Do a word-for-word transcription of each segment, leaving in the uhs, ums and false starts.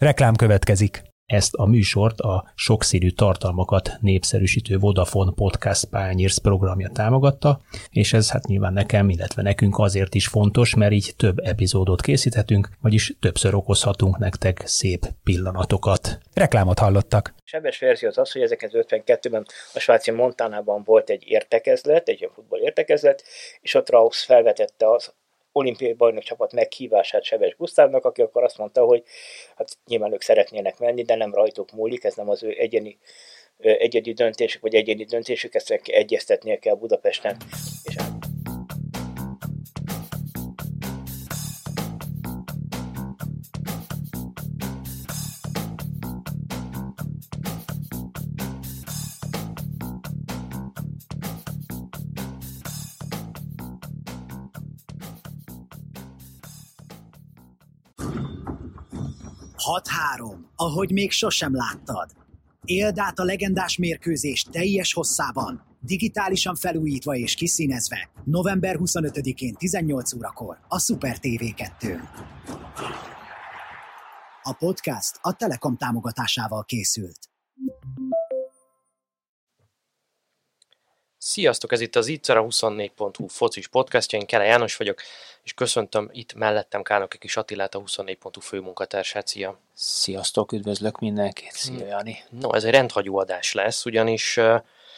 Reklám következik. Ezt a műsort a sokszínű tartalmakat népszerűsítő Vodafone Podcast Pioneers programja támogatta, és ez hát nyilván nekem, illetve nekünk azért is fontos, mert így több epizódot készíthetünk, vagyis többször okozhatunk nektek szép pillanatokat. Reklámot hallottak. Sebes verzió az az, hogy ezerkilencszázötvenkettőben a svájci Montanában volt egy értekezlet, egy olyan futball értekezlet, és ott Rausz felvetette az olimpiai bajnok csapat meghívását Sebes Gusztávnak, aki akkor azt mondta, hogy hát nyilván ők szeretnének menni, de nem rajtuk múlik, ez nem az ő egyéni, egyedi döntésük, vagy egyéni döntésük, ezt egyeztetnie kell Budapesten. És hat három, ahogy még sosem láttad. Éld át a legendás mérkőzés teljes hosszában, digitálisan felújítva és kiszínezve, november huszonötödikén tizennyolc órakor a Super té vé kettőn. A podcast a Telekom támogatásával készült. Sziasztok, ez itt az Ittszer, a huszonnégy pont hu focis podcastja, én Kele János vagyok, és köszöntöm itt mellettem Kálnoki Kis Attilát, a huszonnégy pont hu főmunkatársát. Szia! Sziasztok, üdvözlök mindenkit! Szia, Jani! No, ez egy rendhagyó adás lesz, ugyanis uh,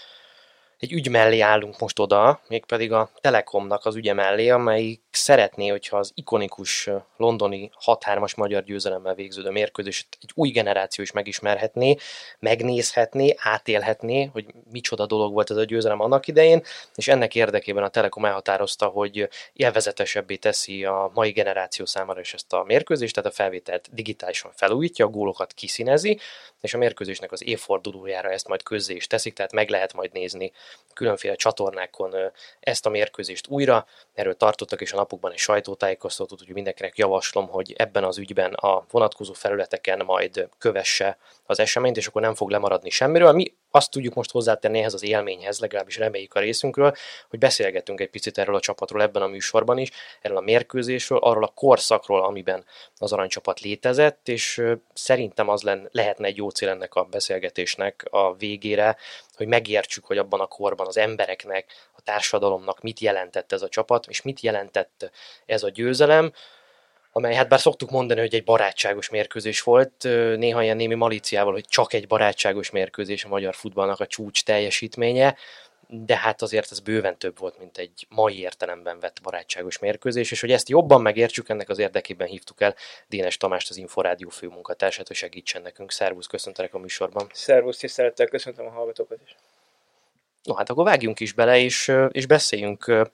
egy ügy mellé állunk most oda, mégpedig a Telekomnak az ügye mellé, amelyik szeretné, hogyha az ikonikus londoni hat hármas magyar győzelemmel végződő mérkőzést egy új generáció is megismerhetné, megnézhetné, átélhetné, hogy micsoda dolog volt ez a győzelem annak idején, és ennek érdekében a Telekom elhatározta, hogy élvezetesebbé teszi a mai generáció számára is ezt a mérkőzést, tehát a felvételt digitálisan felújítja, a gólokat kiszínezi, és a mérkőzésnek az évfordulójára ezt majd közzé is teszik, tehát meg lehet majd nézni különféle csatornákon ezt a mérkőzést újra. Erről tartottak is a napokban egy sajtótájékoztatót, úgyhogy mindenkinek javaslom, hogy ebben az ügyben a vonatkozó felületeken majd kövesse az eseményt, és akkor nem fog lemaradni semmiről. Mi azt tudjuk most hozzátenni ehhez az élményhez, legalábbis reméljük a részünkről, hogy beszélgetünk egy picit erről a csapatról ebben a műsorban is, erről a mérkőzésről, arról a korszakról, amiben az aranycsapat létezett, és szerintem az len, lehetne egy jó cél ennek a beszélgetésnek a végére, hogy megértsük, hogy abban a korban az embereknek, a társadalomnak mit jelentett ez a csapat, és mit jelentett ez a győzelem, amely, hát bár szoktuk mondani, hogy egy barátságos mérkőzés volt, néha ilyen némi malíciával, hogy csak egy barátságos mérkőzés a magyar futballnak a csúcs teljesítménye, de hát azért ez bőven több volt, mint egy mai értelemben vett barátságos mérkőzés, és hogy ezt jobban megértsük, ennek az érdekében hívtuk el Dénes Tamást, az Inforádió főmunkatársát, hogy segítsen nekünk. Szervusz, köszöntelek a műsorban. Szervusz, tisztelettel köszöntöm a hallgatókat is. No, hát akkor vágjunk is bele, és, és beszéljünk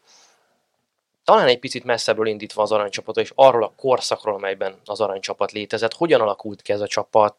talán egy picit messzebbről indítva az aranycsapatot, és arról a korszakról, amelyben az aranycsapat létezett. Hogyan alakult ki ez a csapat,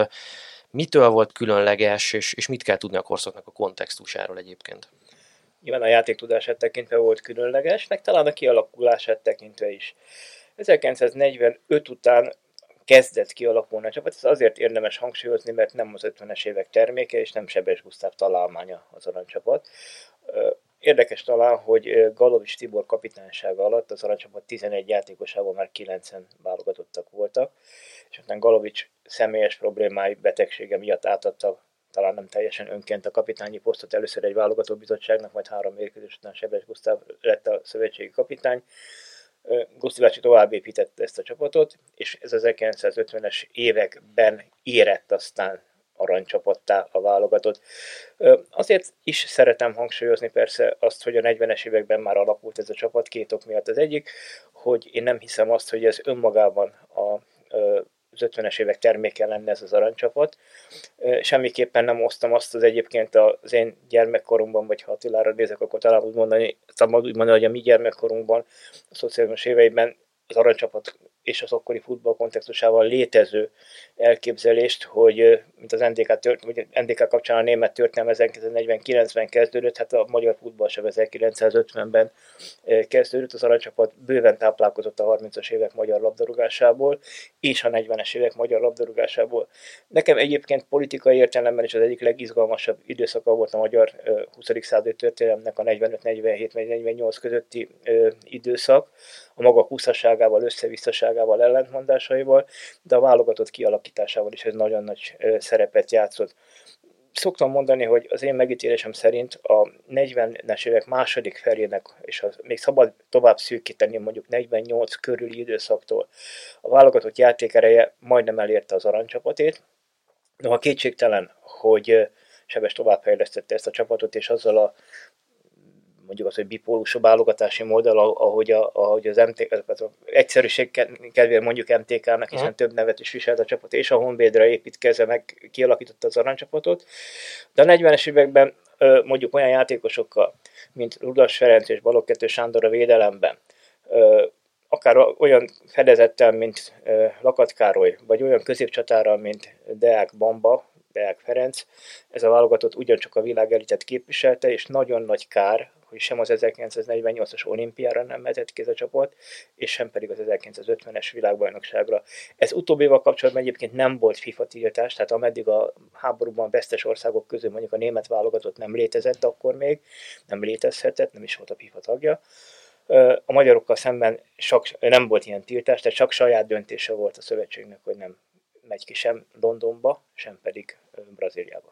mitől volt különleges, és, és mit kell tudni a korszaknak a kontextusáról egyébként? Nyilván a játéktudását tekintve volt különleges, meg talán a kialakulását tekintve is. ezerkilencszáznegyvenöt után kezdett kialakulni a csapat, ez azért érdemes hangsúlyozni, mert nem az ötvenes évek terméke, és nem Sebes Gusztáv találmánya az aranycsapat. Érdekes talán, hogy Galovics Tibor kapitánysága alatt az aranycsapat tizenegy játékosával már kilencven válogatottak voltak, és aztán Galovics személyes problémái, betegsége miatt átadta talán nem teljesen önként a kapitányi posztot először egy válogatóbizottságnak, majd három mérkőzés után Sebes Gusztáv lett a szövetségi kapitány. Guszti bácsi tovább építette ezt a csapatot, és ez az ezerkilencszázötvenes években érett aztán aranycsapattá a válogatott. Azért is szeretem hangsúlyozni persze azt, hogy a negyvenes években már alakult ez a csapat, két ok miatt. Az egyik, hogy én nem hiszem azt, hogy ez önmagában a az ötvenes évek terméke lenne ez az aranycsapat. Semmiképpen nem osztam azt az egyébként az én gyermekkoromban, vagy ha Attilára nézek, akkor talán úgy mondani, szabad úgy mondani, hogy a mi gyermekkorunkban, a szocializmus éveiben az aranycsapat és az akkori futball kontextusával létező elképzelést, hogy mint az en dé ká, tört, vagy en dé ká kapcsán a német történelem ezerkilencszáznegyven-kilencven kezdődött, hát a magyar futball sem ezerkilencszázötvenben kezdődött, az aranycsapat bőven táplálkozott a harmincas évek magyar labdarúgásából, és a negyvenes évek magyar labdarúgásából. Nekem egyébként politikai értelemben is az egyik legizgalmasabb időszaka volt a magyar huszadik századi történelemnek a negyvenöt negyvenhét negyvennyolc közötti időszak, a maga húszasságával, összevisszaságával, ellentmondásaival, de a válogatott kialakításával alakításával is ez nagyon nagy szerepet játszott. Szoktam mondani, hogy az én megítélésem szerint a negyvenes évek második felének, és az még szabad tovább szűkíteni, mondjuk negyvennyolc körüli időszaktól a válogatott játékereje majdnem elérte az aranycsapatét. Noha kétségtelen, hogy Sebes továbbfejlesztette ezt a csapatot, és azzal a mondjuk az, hogy bipólusú válogatási modell, ahogy, a, ahogy az em té ká, az egyszerűség kedvéért mondjuk em té ká-nak, hiszen uh-huh. több nevet is viselt a csapat, és a Honvédre építkezve meg kialakította az aranycsapatot. De a negyvenes években mondjuk olyan játékosokkal, mint Rudas Ferenc és Balogh Kettő Sándor a védelemben, akár olyan fedezettel, mint Lakat Károly, vagy olyan középcsatárral, mint Deák Bamba, Deák Ferenc, ez a válogatott ugyancsak a világ elitet képviselte, és nagyon nagy kár, hogy sem az ezerkilencszáznegyvennyolcas olimpiára nem mehetett ki ez a csapat, és sem pedig az ezerkilencszázötvenes világbajnokságra. Ez utóbbival kapcsolatban egyébként nem volt FIFA tiltás, tehát ameddig a háborúban vesztes országok közül mondjuk a német válogatott nem létezett, akkor még nem létezhetett, nem is volt a FIFA tagja. A magyarokkal szemben csak, nem volt ilyen tiltás, tehát csak saját döntése volt a szövetségnek, hogy nem megy ki sem Londonba, sem pedig Brazíliába.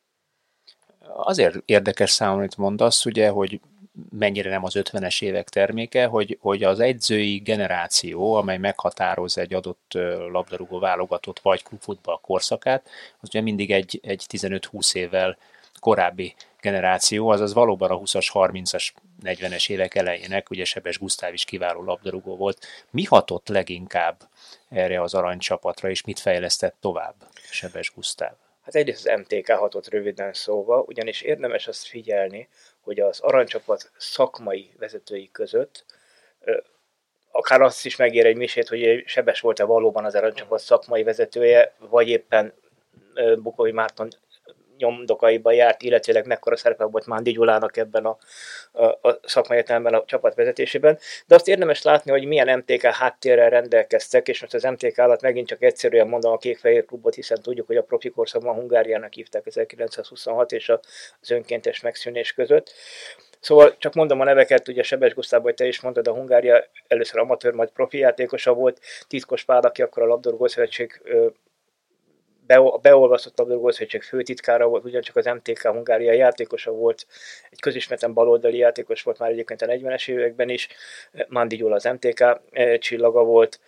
Azért érdekes számomra, amit mondasz, ugye, hogy mennyire nem az ötvenes évek terméke, hogy, hogy az edzői generáció, amely meghatároz egy adott labdarúgó válogatott vagy klubfutball korszakát, az ugye mindig egy, egy tizenöt-húsz évvel korábbi generáció, azaz valóban a húszas, harmincas, negyvenes évek elejének, ugye Sebes Gusztáv is kiváló labdarúgó volt. Mi hatott leginkább erre az aranycsapatra, és mit fejlesztett tovább Sebes Gusztáv? Hát egyrészt az em té ká hatott röviden szóval, ugyanis érdemes azt figyelni, hogy az aranycsapat szakmai vezetői között, akár azt is megér egy misét, hogy Sebes volt-e valóban az aranycsapat szakmai vezetője, vagy éppen Bukovi Márton nyomdokaiban járt, illetőleg mekkora szerepe volt Mándi Gyulának ebben a, a, a szakmai értelemben a csapat vezetésében. De azt érdemes látni, hogy milyen em té ká háttérrel rendelkeztek, és most az em té ká alatt megint csak egyszerűen mondom a Kék-Fehér Klubot, hiszen tudjuk, hogy a profi korszakban Hungáriának hívták ezerkilencszázhuszonhat és az önkéntes megszűnés között. Szóval csak mondom a neveket, ugye Sebes Gusztáv, hogy te is mondtad, a Hungária először amatőr, majd profi játékosa volt, Titkos Pál, aki akkor a Labdarúgó Szövetség a beolvasztott labdarúgó-szövetség főtitkára volt, ugyancsak az em té ká Hungária játékosa volt, egy közismerten baloldali játékos volt már egyébként a negyvenes években is, Mándi Gyula az em té ká csillaga volt,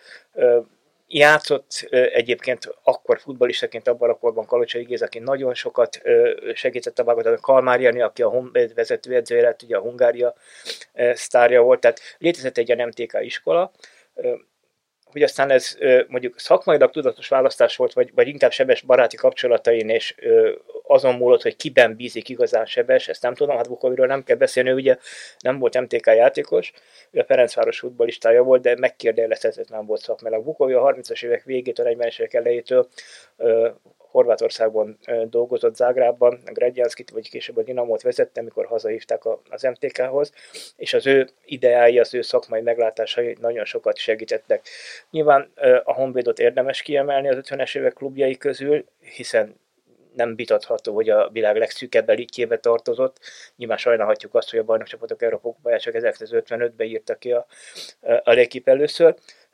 játszott egyébként akkor futballistaként abban a korban Kalocsai Géza, aki nagyon sokat segített a válogatott, Kalmár Jani, aki a Honvéd vezetőedzője lett, ugye a Hungária sztárja volt, tehát létezett egy ilyen em té ká iskola, hogy aztán ez mondjuk szakmailag tudatos választás volt, vagy, vagy inkább Sebes baráti kapcsolatain, és azon múlott, hogy kiben bízik igazán Sebes, ezt nem tudom, hát Bukoviról nem kell beszélni, ő ugye nem volt em té ká játékos, ő a Ferencváros futballistája volt, de megkérdőjelezhetetlen volt szakmailag. Bukovi a harmincas évek végétől, negyvenes évek elejétől Horvátországban dolgozott, Zágrában, a Gredjanskit, vagy később a Dinamót vezette, amikor hazahívták az em té kához, és az ő ideái, az ő szakmai meglátásai nagyon sokat segítettek. Nyilván a Honvédot érdemes kiemelni az ötvenes évek klubjai közül, hiszen nem vitatható, hogy a világ legszűkebb elitjébe tartozott. Nyilván sajnálhatjuk azt, hogy a bajnokcsapatok Európa-kupáját csak ezerkilencszázötvenötben írta ki a, a L'Équipe először.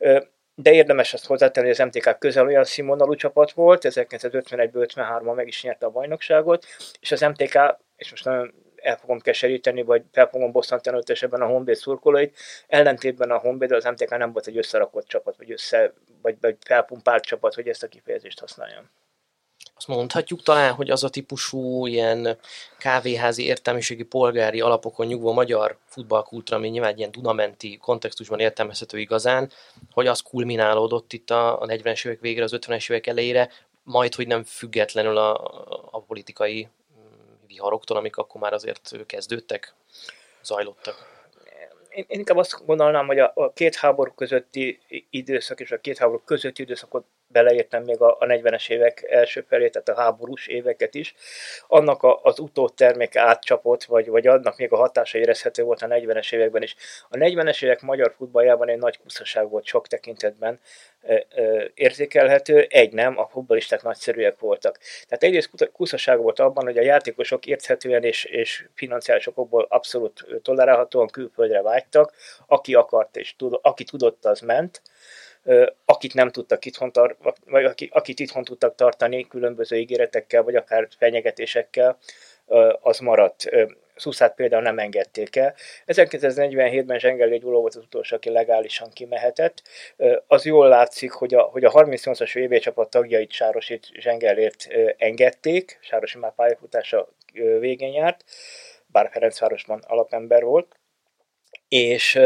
De érdemes azt hozzátenni, hogy az em té ká közel olyan színvonalú csapat volt, ezerkilencszázötvenegyből ötvenháromban meg is nyerte a bajnokságot, és az em té ká, és most nagyon el fogom keseríteni, vagy fel fogom bosszantani ott esetben a Honvéd szurkolóit, ellentétben a Honvéd, az em té ká nem volt egy összerakott csapat, vagy, össze, vagy, vagy felpumpált csapat, hogy ezt a kifejezést használjam. Azt mondhatjuk talán, hogy az a típusú ilyen kávéházi értelmiségi polgári alapokon nyugvó magyar futballkultúra, ami nyilván ilyen dunamenti kontextusban értelmezhető igazán, hogy az kulminálódott itt a, a negyvenes évek végére, az ötvenes évek elejére, majd hogy nem függetlenül a, a politikai viharoktól, amik akkor már azért kezdődtek, zajlottak. Én, én inkább azt gondolnám, hogy a, a két háború közötti időszak és a két háború közötti időszakot beleértem még a, a negyvenes évek első felé, tehát a háborús éveket is. Annak a, az utóterméke átcsapott, vagy, vagy annak még a hatása érezhető volt a negyvenes években is. A negyvenes évek magyar futballjában egy nagy kuszaság volt sok tekintetben e, e, érzékelhető, egy nem, a futballisták nagyszerűek voltak. Tehát egyrészt kuszaság volt abban, hogy a játékosok érthetően és, és financiális okokból abszolút tolerálhatóan külföldre vágytak, aki akart és tud, aki tudott, az ment. akit nem tudtak itthon tar- vagy akit itthon tudtak tartani különböző ígéretekkel, vagy akár fenyegetésekkel, az maradt. Szuszát például nem engedték el. ezerkilencszáznegyvenhétben Zsengeli Gyula volt az utolsó, aki legálisan kimehetett. Az jól látszik, hogy a, hogy a harmincnyolcas vé bé csapat tagjait Sárosit Zsengelért engedték, Sárosi már pályafutása végén járt, bár Ferencvárosban alapember volt, és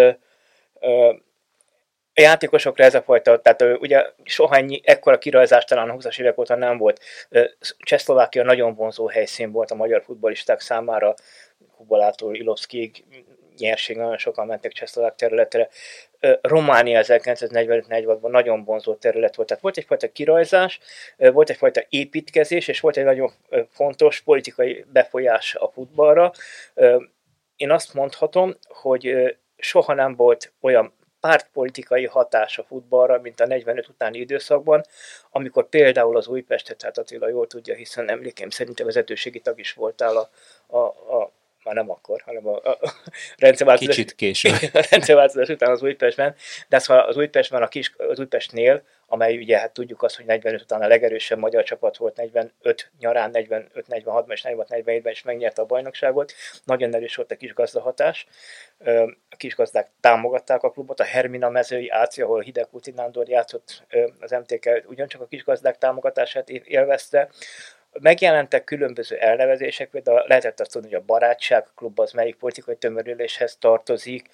a játékosokra ez a fajta, tehát ugye soha ennyi, ekkora kirajzás talán a húszas évek óta nem volt. Csehszlovákia nagyon vonzó helyszín volt a magyar futballisták számára, Kubalától Ilovszkig, nyerség, nagyon sokan mentek csehszlovák területre. Románia ezerkilencszáznegyvenöt-negyvenhatban nagyon vonzó terület volt. Tehát volt egyfajta kirajzás, volt egyfajta építkezés, és volt egy nagyon fontos politikai befolyás a futballra. Én azt mondhatom, hogy soha nem volt olyan pártpolitikai hatás a futballra, mint a negyvenöt utáni időszakban, amikor például az Újpestet, tehát Attila jól tudja, hiszen emlékeim szerint a vezetőségi tag is voltál a, a, a már nem akkor, hanem a, a rendszerváltozás. Kicsit később. A rendszerváltozás után az Újpestben, de az, az Újpestben, a kis, az Újpestnél, amely ugye hát tudjuk azt, hogy negyvenöt után a legerősebb magyar csapat volt, negyvenöt nyarán, negyvenöt negyvenhatban és negyvenhat negyvenhétben is megnyerte a bajnokságot. Nagyon erős volt a kisgazdahatás. A kisgazdák támogatták a klubot, a Hermina mezői Áci, ahol Hidegkúti Nándor játszott az em té ká, ugyancsak a kisgazdák támogatását élvezte. Megjelentek különböző elnevezések, például lehetett azt tudni, hogy a Barátság klub az melyik politikai tömörüléshez tartozik,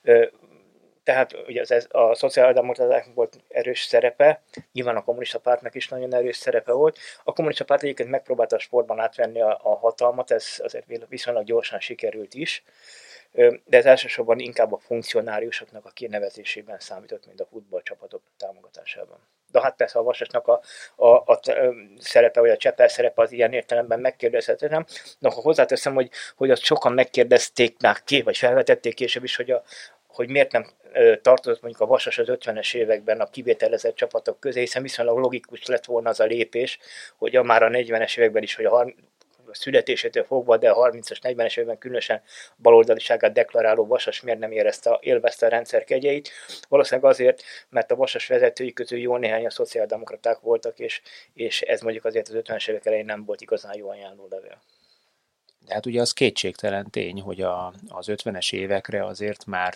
tehát ugye az, a szociáldemokratáknak volt erős szerepe, nyilván a kommunista pártnak is nagyon erős szerepe volt. A kommunista párt egyébként megpróbálta a sportban átvenni a, a hatalmat, ez azért viszonylag gyorsan sikerült is, de ez elsősorban inkább a funkcionáriusoknak a kinevezésében számított, mint a futballcsapatok támogatásában. De hát persze a Vasasnak a, a, a szerepe, vagy a Csepel szerepe az ilyen értelemben megkérdezhetetlen. No, ha hozzáteszem, hogy, hogy azt sokan megkérdezték már ki, vagy felvetették később is, hogy, a, hogy miért nem tartozott mondjuk a Vasas az ötvenes években a kivételezett csapatok közé, hiszen viszonylag logikus lett volna az a lépés, hogy a már a negyvenes években is, hogy a születésétől fogva, de a harmincas, negyvenes évben különösen baloldaliságát deklaráló Vasas miért nem érezte, élvezte a rendszer kegyeit. Valószínűleg azért, mert a Vasas vezetői közül jó néhány a szociáldemokraták voltak, és, és ez mondjuk azért az ötvenes évek elején nem volt igazán jó ajánló levél. De hát ugye az kétségtelen tény, hogy a, az ötvenes évekre azért már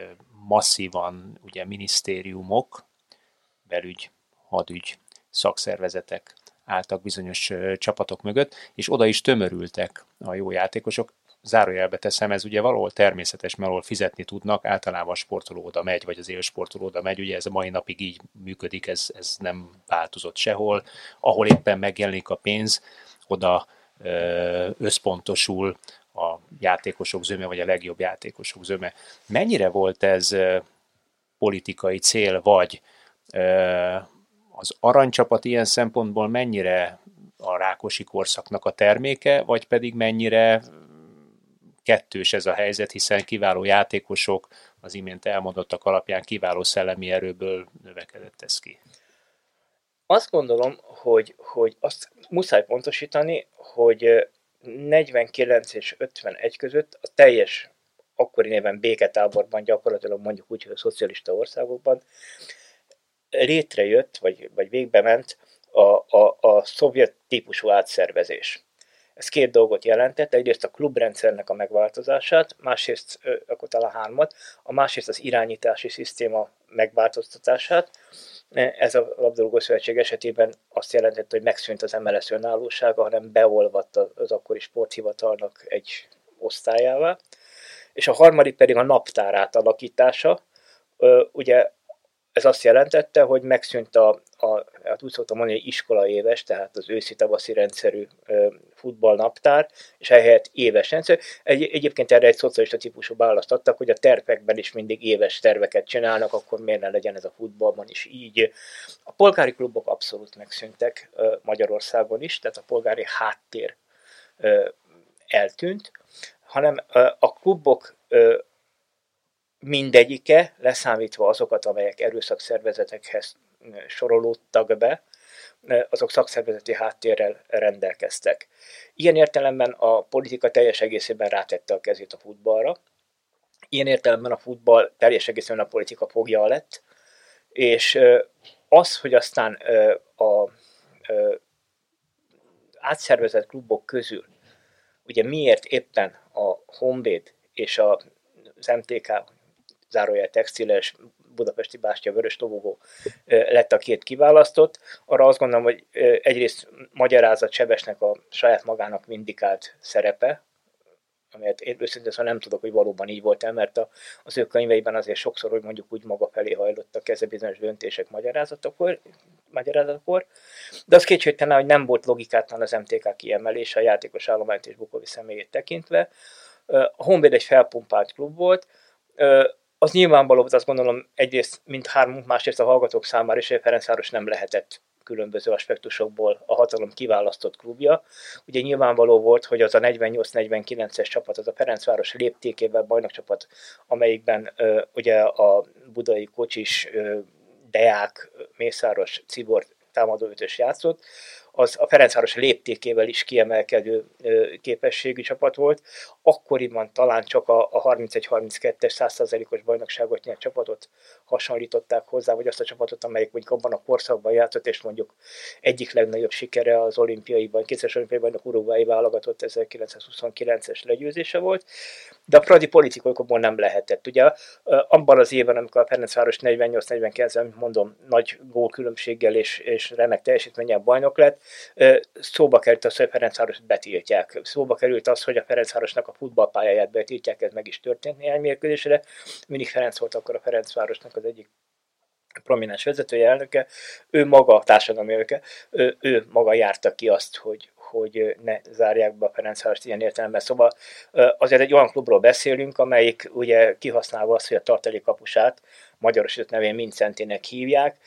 masszívan ugye minisztériumok, belügy, hadügy, szakszervezetek álltak bizonyos csapatok mögött, és oda is tömörültek a jó játékosok. Zárójelbe teszem, ez ugye valahol természetes, mert ahol fizetni tudnak, általában a sportoló oda megy, vagy az élsportoló oda megy, ugye ez a mai napig így működik, ez, ez nem változott sehol. Ahol éppen megjelenik a pénz, oda ö, összpontosul a játékosok zöme, vagy a legjobb játékosok zöme. Mennyire volt ez ö, politikai cél, vagy ö, az aranycsapat ilyen szempontból mennyire a Rákosi korszaknak a terméke, vagy pedig mennyire kettős ez a helyzet, hiszen kiváló játékosok az imént elmondottak alapján kiváló szellemi erőből növekedett ez ki? Azt gondolom, hogy, hogy azt muszáj pontosítani, hogy negyvenkilenc és ötvenegy között a teljes akkori néven béketáborban, gyakorlatilag mondjuk úgy, hogy a szocialista országokban létrejött, vagy, vagy végbe ment a, a, a szovjet típusú átszervezés. Ez két dolgot jelentett, egyrészt a klubrendszernek a megváltozását, másrészt, akkor talán hármat, a másrészt az irányítási szisztéma megváltoztatását. Ez a labdarúgó szövetség esetében azt jelentette, hogy megszűnt az em el es önállósága, hanem beolvadt az akkori sporthivatalnak egy osztályává. És a harmadik pedig a naptár átalakítása. Ugye ez azt jelentette, hogy megszűnt a, a hát úgy szoktam mondani, hogy iskolaéves, tehát az őszi-tavaszi rendszerű ö, futballnaptár, és ehelyett éves rendszer. Egy, egyébként erre egy szocialista típusú választ adtak, hogy a tervekben is mindig éves terveket csinálnak, akkor miért ne legyen ez a futballban is így. A polgári klubok abszolút megszűntek ö, Magyarországon is, tehát a polgári háttér ö, eltűnt, hanem ö, a klubok ö, mindegyike, leszámítva azokat, amelyek erőszakszervezetekhez sorolódtak be, azok szakszervezeti háttérrel rendelkeztek. Ilyen értelemben a politika teljes egészében rátette a kezét a futballra. Ilyen értelemben a futball teljes egészében a politika foglyal lett, És az, hogy aztán a átszervezett klubok közül, ugye miért éppen a Honvéd és az em té ká, zárójel textiles, budapesti Bástya, Vörös Tobogó lett a két kiválasztott, arra azt gondolom, hogy egyrészt magyarázat Sebesnek a saját magának vindikált szerepe, amelyet én őszintén szóval nem tudok, hogy valóban így volt el, mert a, az ő könyveiben azért sokszor, hogy mondjuk úgy maga felé hajlottak ezzel bizonyos döntések magyarázatakor, magyarázatakor, de az kétségtelen, hogy nem volt logikátlan az em té ká kiemelése a játékos állományt és Bukovi személyét tekintve. A Honvéd egy felpumpált klub volt, az nyilvánvaló, azt gondolom egyrészt mindhármunk, másrészt a hallgatók számára is, hogy Ferencváros nem lehetett különböző aspektusokból a hatalom kiválasztott klubja. Ugye nyilvánvaló volt, hogy az a negyvennyolc negyvenkilences csapat, az a Ferencváros léptékében bajnokcsapat, amelyikben ö, ugye a budai Kocsis, ö, Deák, Mészáros, Cibor támadó ötös játszott, az a Ferencváros léptékével is kiemelkedő képességű csapat volt. Akkoriban talán csak a, a harmincegy harminckettes száz százalékos bajnokságot nyert csapatot hasonlították hozzá, vagy azt a csapatot, amelyik mondjuk abban a korszakban játszott, és mondjuk egyik legnagyobb sikere az olimpiai bajnok, kétszeres olimpiai bajnok uruguayi válogatott ezerkilencszázhuszonkilences legyőzése volt, de a pradi politikusokból nem lehetett. Ugye abban az évben, amikor a Ferencváros negyvennyolc negyvenkilencben, mondom, nagy gólkülönbséggel és, és remek teljesítménnyel bajnok lett, szóba került az, hogy a Ferencvárost betiltják. Szóba került az, hogy a Ferencvárosnak a futballpályáját betiltják, ez meg is történt néhány mérkőzésre. Mindig Ferenc volt akkor a Ferencvárosnak az egyik prominens vezetője, elnöke, ő maga, társadalmi elnöke, ő, ő maga járta ki azt, hogy, hogy ne zárják be a Ferencvárost ilyen értelemben. Szóval azért egy olyan klubról beszélünk, amelyik ugye kihasználva azt, hogy a tartalékkapusát magyarosított nevén Mincentének hívják,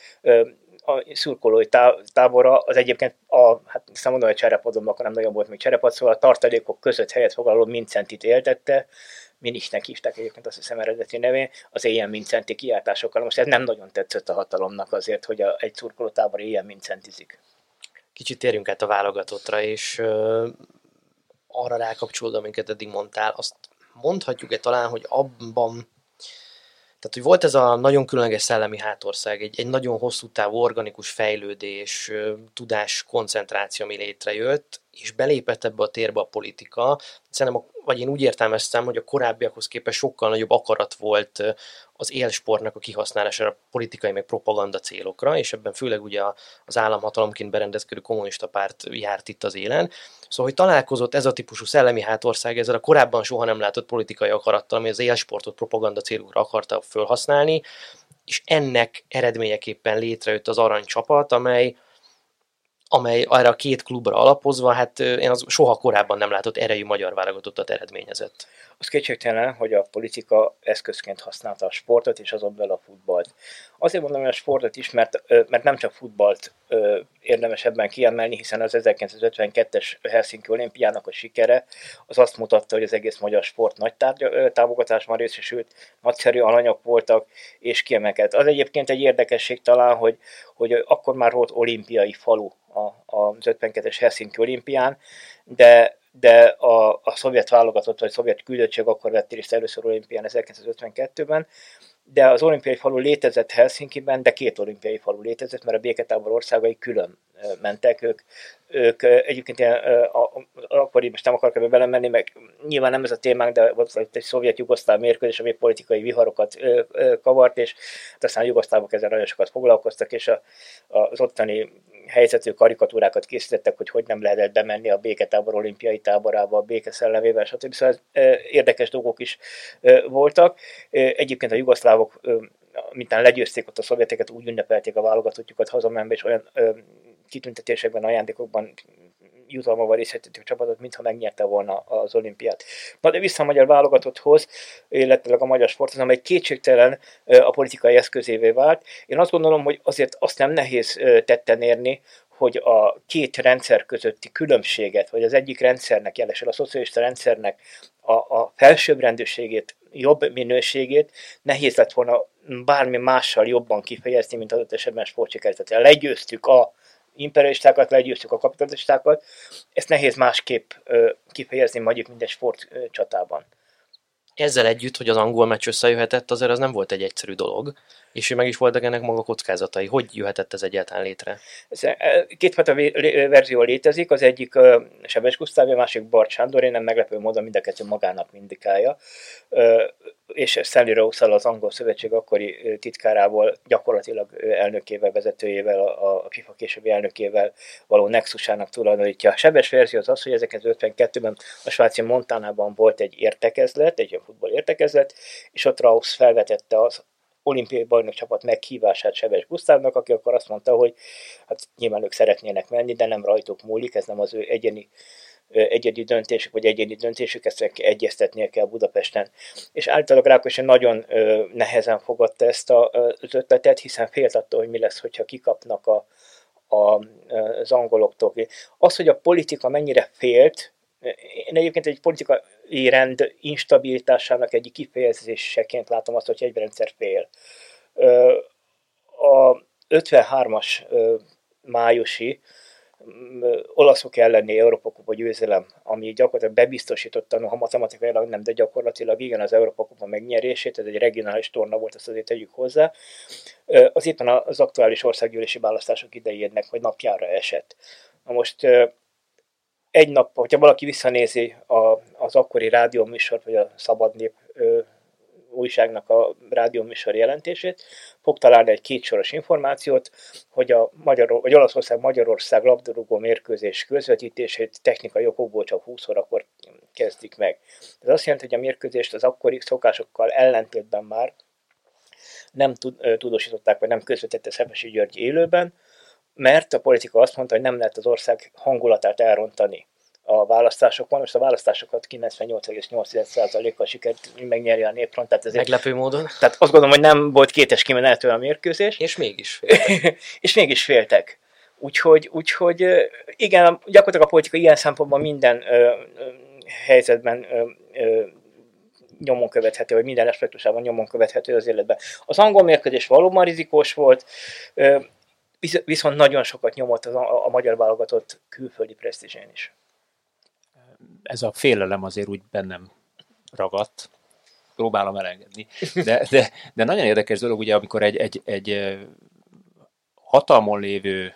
a szurkolói tábora az egyébként a, hát számomra, hogy cserepadon, akkor nem nagyon volt még cserepad, szóval a tartalékok között helyet foglaló Mincentit éltette, Minisnek hívták egyébként azt hiszem eredeti nevén, az éjjel Mincenti kiáltásokkal. Most ez nem nagyon tetszett a hatalomnak azért, hogy a, egy szurkolótábor éjjel Mincentizik. Kicsit térjünk át a válogatottra, és uh, arra rákapcsolódva, amiket eddig mondtál, azt mondhatjuk-e talán, hogy abban, tehát, hogy volt ez a nagyon különleges szellemi hátország, egy, egy nagyon hosszú távú organikus fejlődés, tudás, koncentráció, ami létrejött, és belépett ebbe a térbe a politika. Szerintem, vagy én úgy értelmeztem, hogy a korábbiakhoz képest sokkal nagyobb akarat volt az élsportnak a kihasználására politikai meg propaganda célokra, és ebben főleg ugye az államhatalomként berendezkedő kommunista párt járt itt az élen. Szóval, hogy találkozott ez a típusú szellemi hátország ezzel a korábban soha nem látott politikai akarattal, ami az élsportot propaganda célokra akarta felhasználni, és ennek eredményeképpen létrejött az aranycsapat, amely amely arra a két klubra alapozva, hát én az soha korábban nem látott erejű magyar válogatottat eredményezett. Az kétségtelen, hogy a politika eszközként használta a sportot, és azon belül a futballt. Azért mondom, hogy a sportot is, mert, mert nem csak futballt érdemes ebben kiemelni, hiszen az ezerkilencszázötvenkettes Helsinki olimpiának a sikere az azt mutatta, hogy az egész magyar sport nagy tárgy, támogatásban részesült, nagyszerű alanyok voltak, és kiemelkedett. Az egyébként egy érdekesség talán, hogy, hogy akkor már volt olimpiai falu az ötvenkettes Helsinki olimpián, de, de a, a szovjet válogatott, vagy szovjet küldöttség akkor vett részt először olimpián ezerkilencszázötvenkettőben, de az olimpiai falu létezett Helsinkiben, de két olimpiai falu létezett, mert a béketábor országai külön mentek. Ők, ők egyébként ilyen, akkor most nem akarok ebbe belemenni, meg nyilván nem ez a témánk, de volt egy szovjet-jugoszláv mérkőzés, ami politikai viharokat kavart, és aztán a jugoszlávok ezzel nagyon sokat foglalkoztak, és a, az ottani helyzetű karikatúrákat készítettek, hogy hogy nem lehetett bemenni a béketábor olimpiai táborába, a béke szellemével, stb. Szóval érdekes dolgok is voltak. Egyébként a jugoszlávok, mintán legyőzték ott a szovjeteket, úgy ünnepelték a válogatottjukat hazamenve, és olyan kitüntetésekben, ajándékokban jutalmaval részesítették a csapatot, mintha megnyerte volna az olimpiát. Na de vissza a magyar válogatotthoz, illetve a magyar sporthoz, amely kétségtelen a politikai eszközévé vált. Én azt gondolom, hogy azért azt nem nehéz tetten érni, hogy a két rendszer közötti különbséget, vagy az egyik rendszernek, jelesül a szocialista rendszernek a, a felsőbbrendűségét, jobb minőségét nehéz lett volna bármi mással jobban kifejezni, mint adott esetben sportsikert. Tehát legyőztük a imperialistákat, legyőztük a kapitalistákat, ezt nehéz másképp kifejezni mondjuk minden sportcsatában. Ezzel együtt, hogy az angol meccs összejöhetett, azért az nem volt egy egyszerű dolog. És meg is voltak ennek maga kockázatai. Hogy jöhetett ez egyáltalán létre? Kétfajta verzió létezik, az egyik Sebes Gusztáv, a másik Bart Sándor, én nem meglepő módon mind a kettő magának indikálja. És Stanley Rose-al, az Angol Szövetség akkori titkárából, gyakorlatilag elnökével, vezetőjével, a FIFA későbbi elnökével való nexusának tulajdonítja. A Sebes verzió az az, hogy ezerkilencszázötvenkettőben a svájci Montanában volt egy értekezlet, egy olyan futball értekezlet, és ott Rause felvetette az olimpiai bajnok csapat meghívását Sebes Gusztávnak, aki akkor azt mondta, hogy hát nyilván ők szeretnének menni, de nem rajtuk múlik, ez nem az ő egyéni, egyedi döntésük, vagy egyéni döntésük, ezt egyeztetnie kell Budapesten. És általában Rákosi nagyon nehezen fogadta ezt az ötletet, hiszen félt attól, hogy mi lesz, hogyha kikapnak a, a, az angoloktól. Az, hogy a politika mennyire félt, én egyébként egy politikai rend instabilitásának egyik kifejezéseként látom azt, hogy egy rendszer fél. A ötvenhármas májusi olaszok elleni Európa-kupa győzelem, ami gyakorlatilag bebiztosította, ha matematikailag nem, de gyakorlatilag igen, az Európa-kupa megnyerését, ez egy regionális torna volt, ezt azért tegyük hozzá, az éppen az aktuális országgyűlési választások idejének, vagy napjára esett. Na most egy nap, hogyha valaki visszanézi a, az akkori rádióműsor, vagy a Szabad Nép ö, újságnak a rádióműsor jelentését, fog találni egy kétsoros információt, hogy a Magyar, vagy Olaszország-Magyarország labdarúgó mérkőzés közvetítését technikai okokból csak húsz órakor kezdik meg. Ez azt jelenti, hogy a mérkőzést az akkori szokásokkal ellentétben már nem tudósították, vagy nem közvetítette Szepesi György élőben, mert a politika azt mondta, hogy nem lehet az ország hangulatát elrontani a választásokon. Most a választásokat kilencvennyolc egész nyolc százalékkal sikert megnyerni a Népront. Tehát meglepő módon. Tehát azt gondolom, hogy nem volt kétes kimenetől a mérkőzés. És mégis féltek. És mégis féltek. Úgyhogy, úgyhogy igen, gyakorlatilag a politika ilyen szempontból minden ö, ö, helyzetben ö, ö, nyomon követhető, vagy minden aspektusában nyomon követhető az életben. Az angol mérkőzés valóban rizikós volt, ö, viszont nagyon sokat nyomott az a, a magyar válogatott külföldi presztízsén is. Ez a félelem azért úgy bennem ragadt, próbálom elengedni, de, de, de nagyon érdekes dolog, ugye, amikor egy, egy, egy hatalmon lévő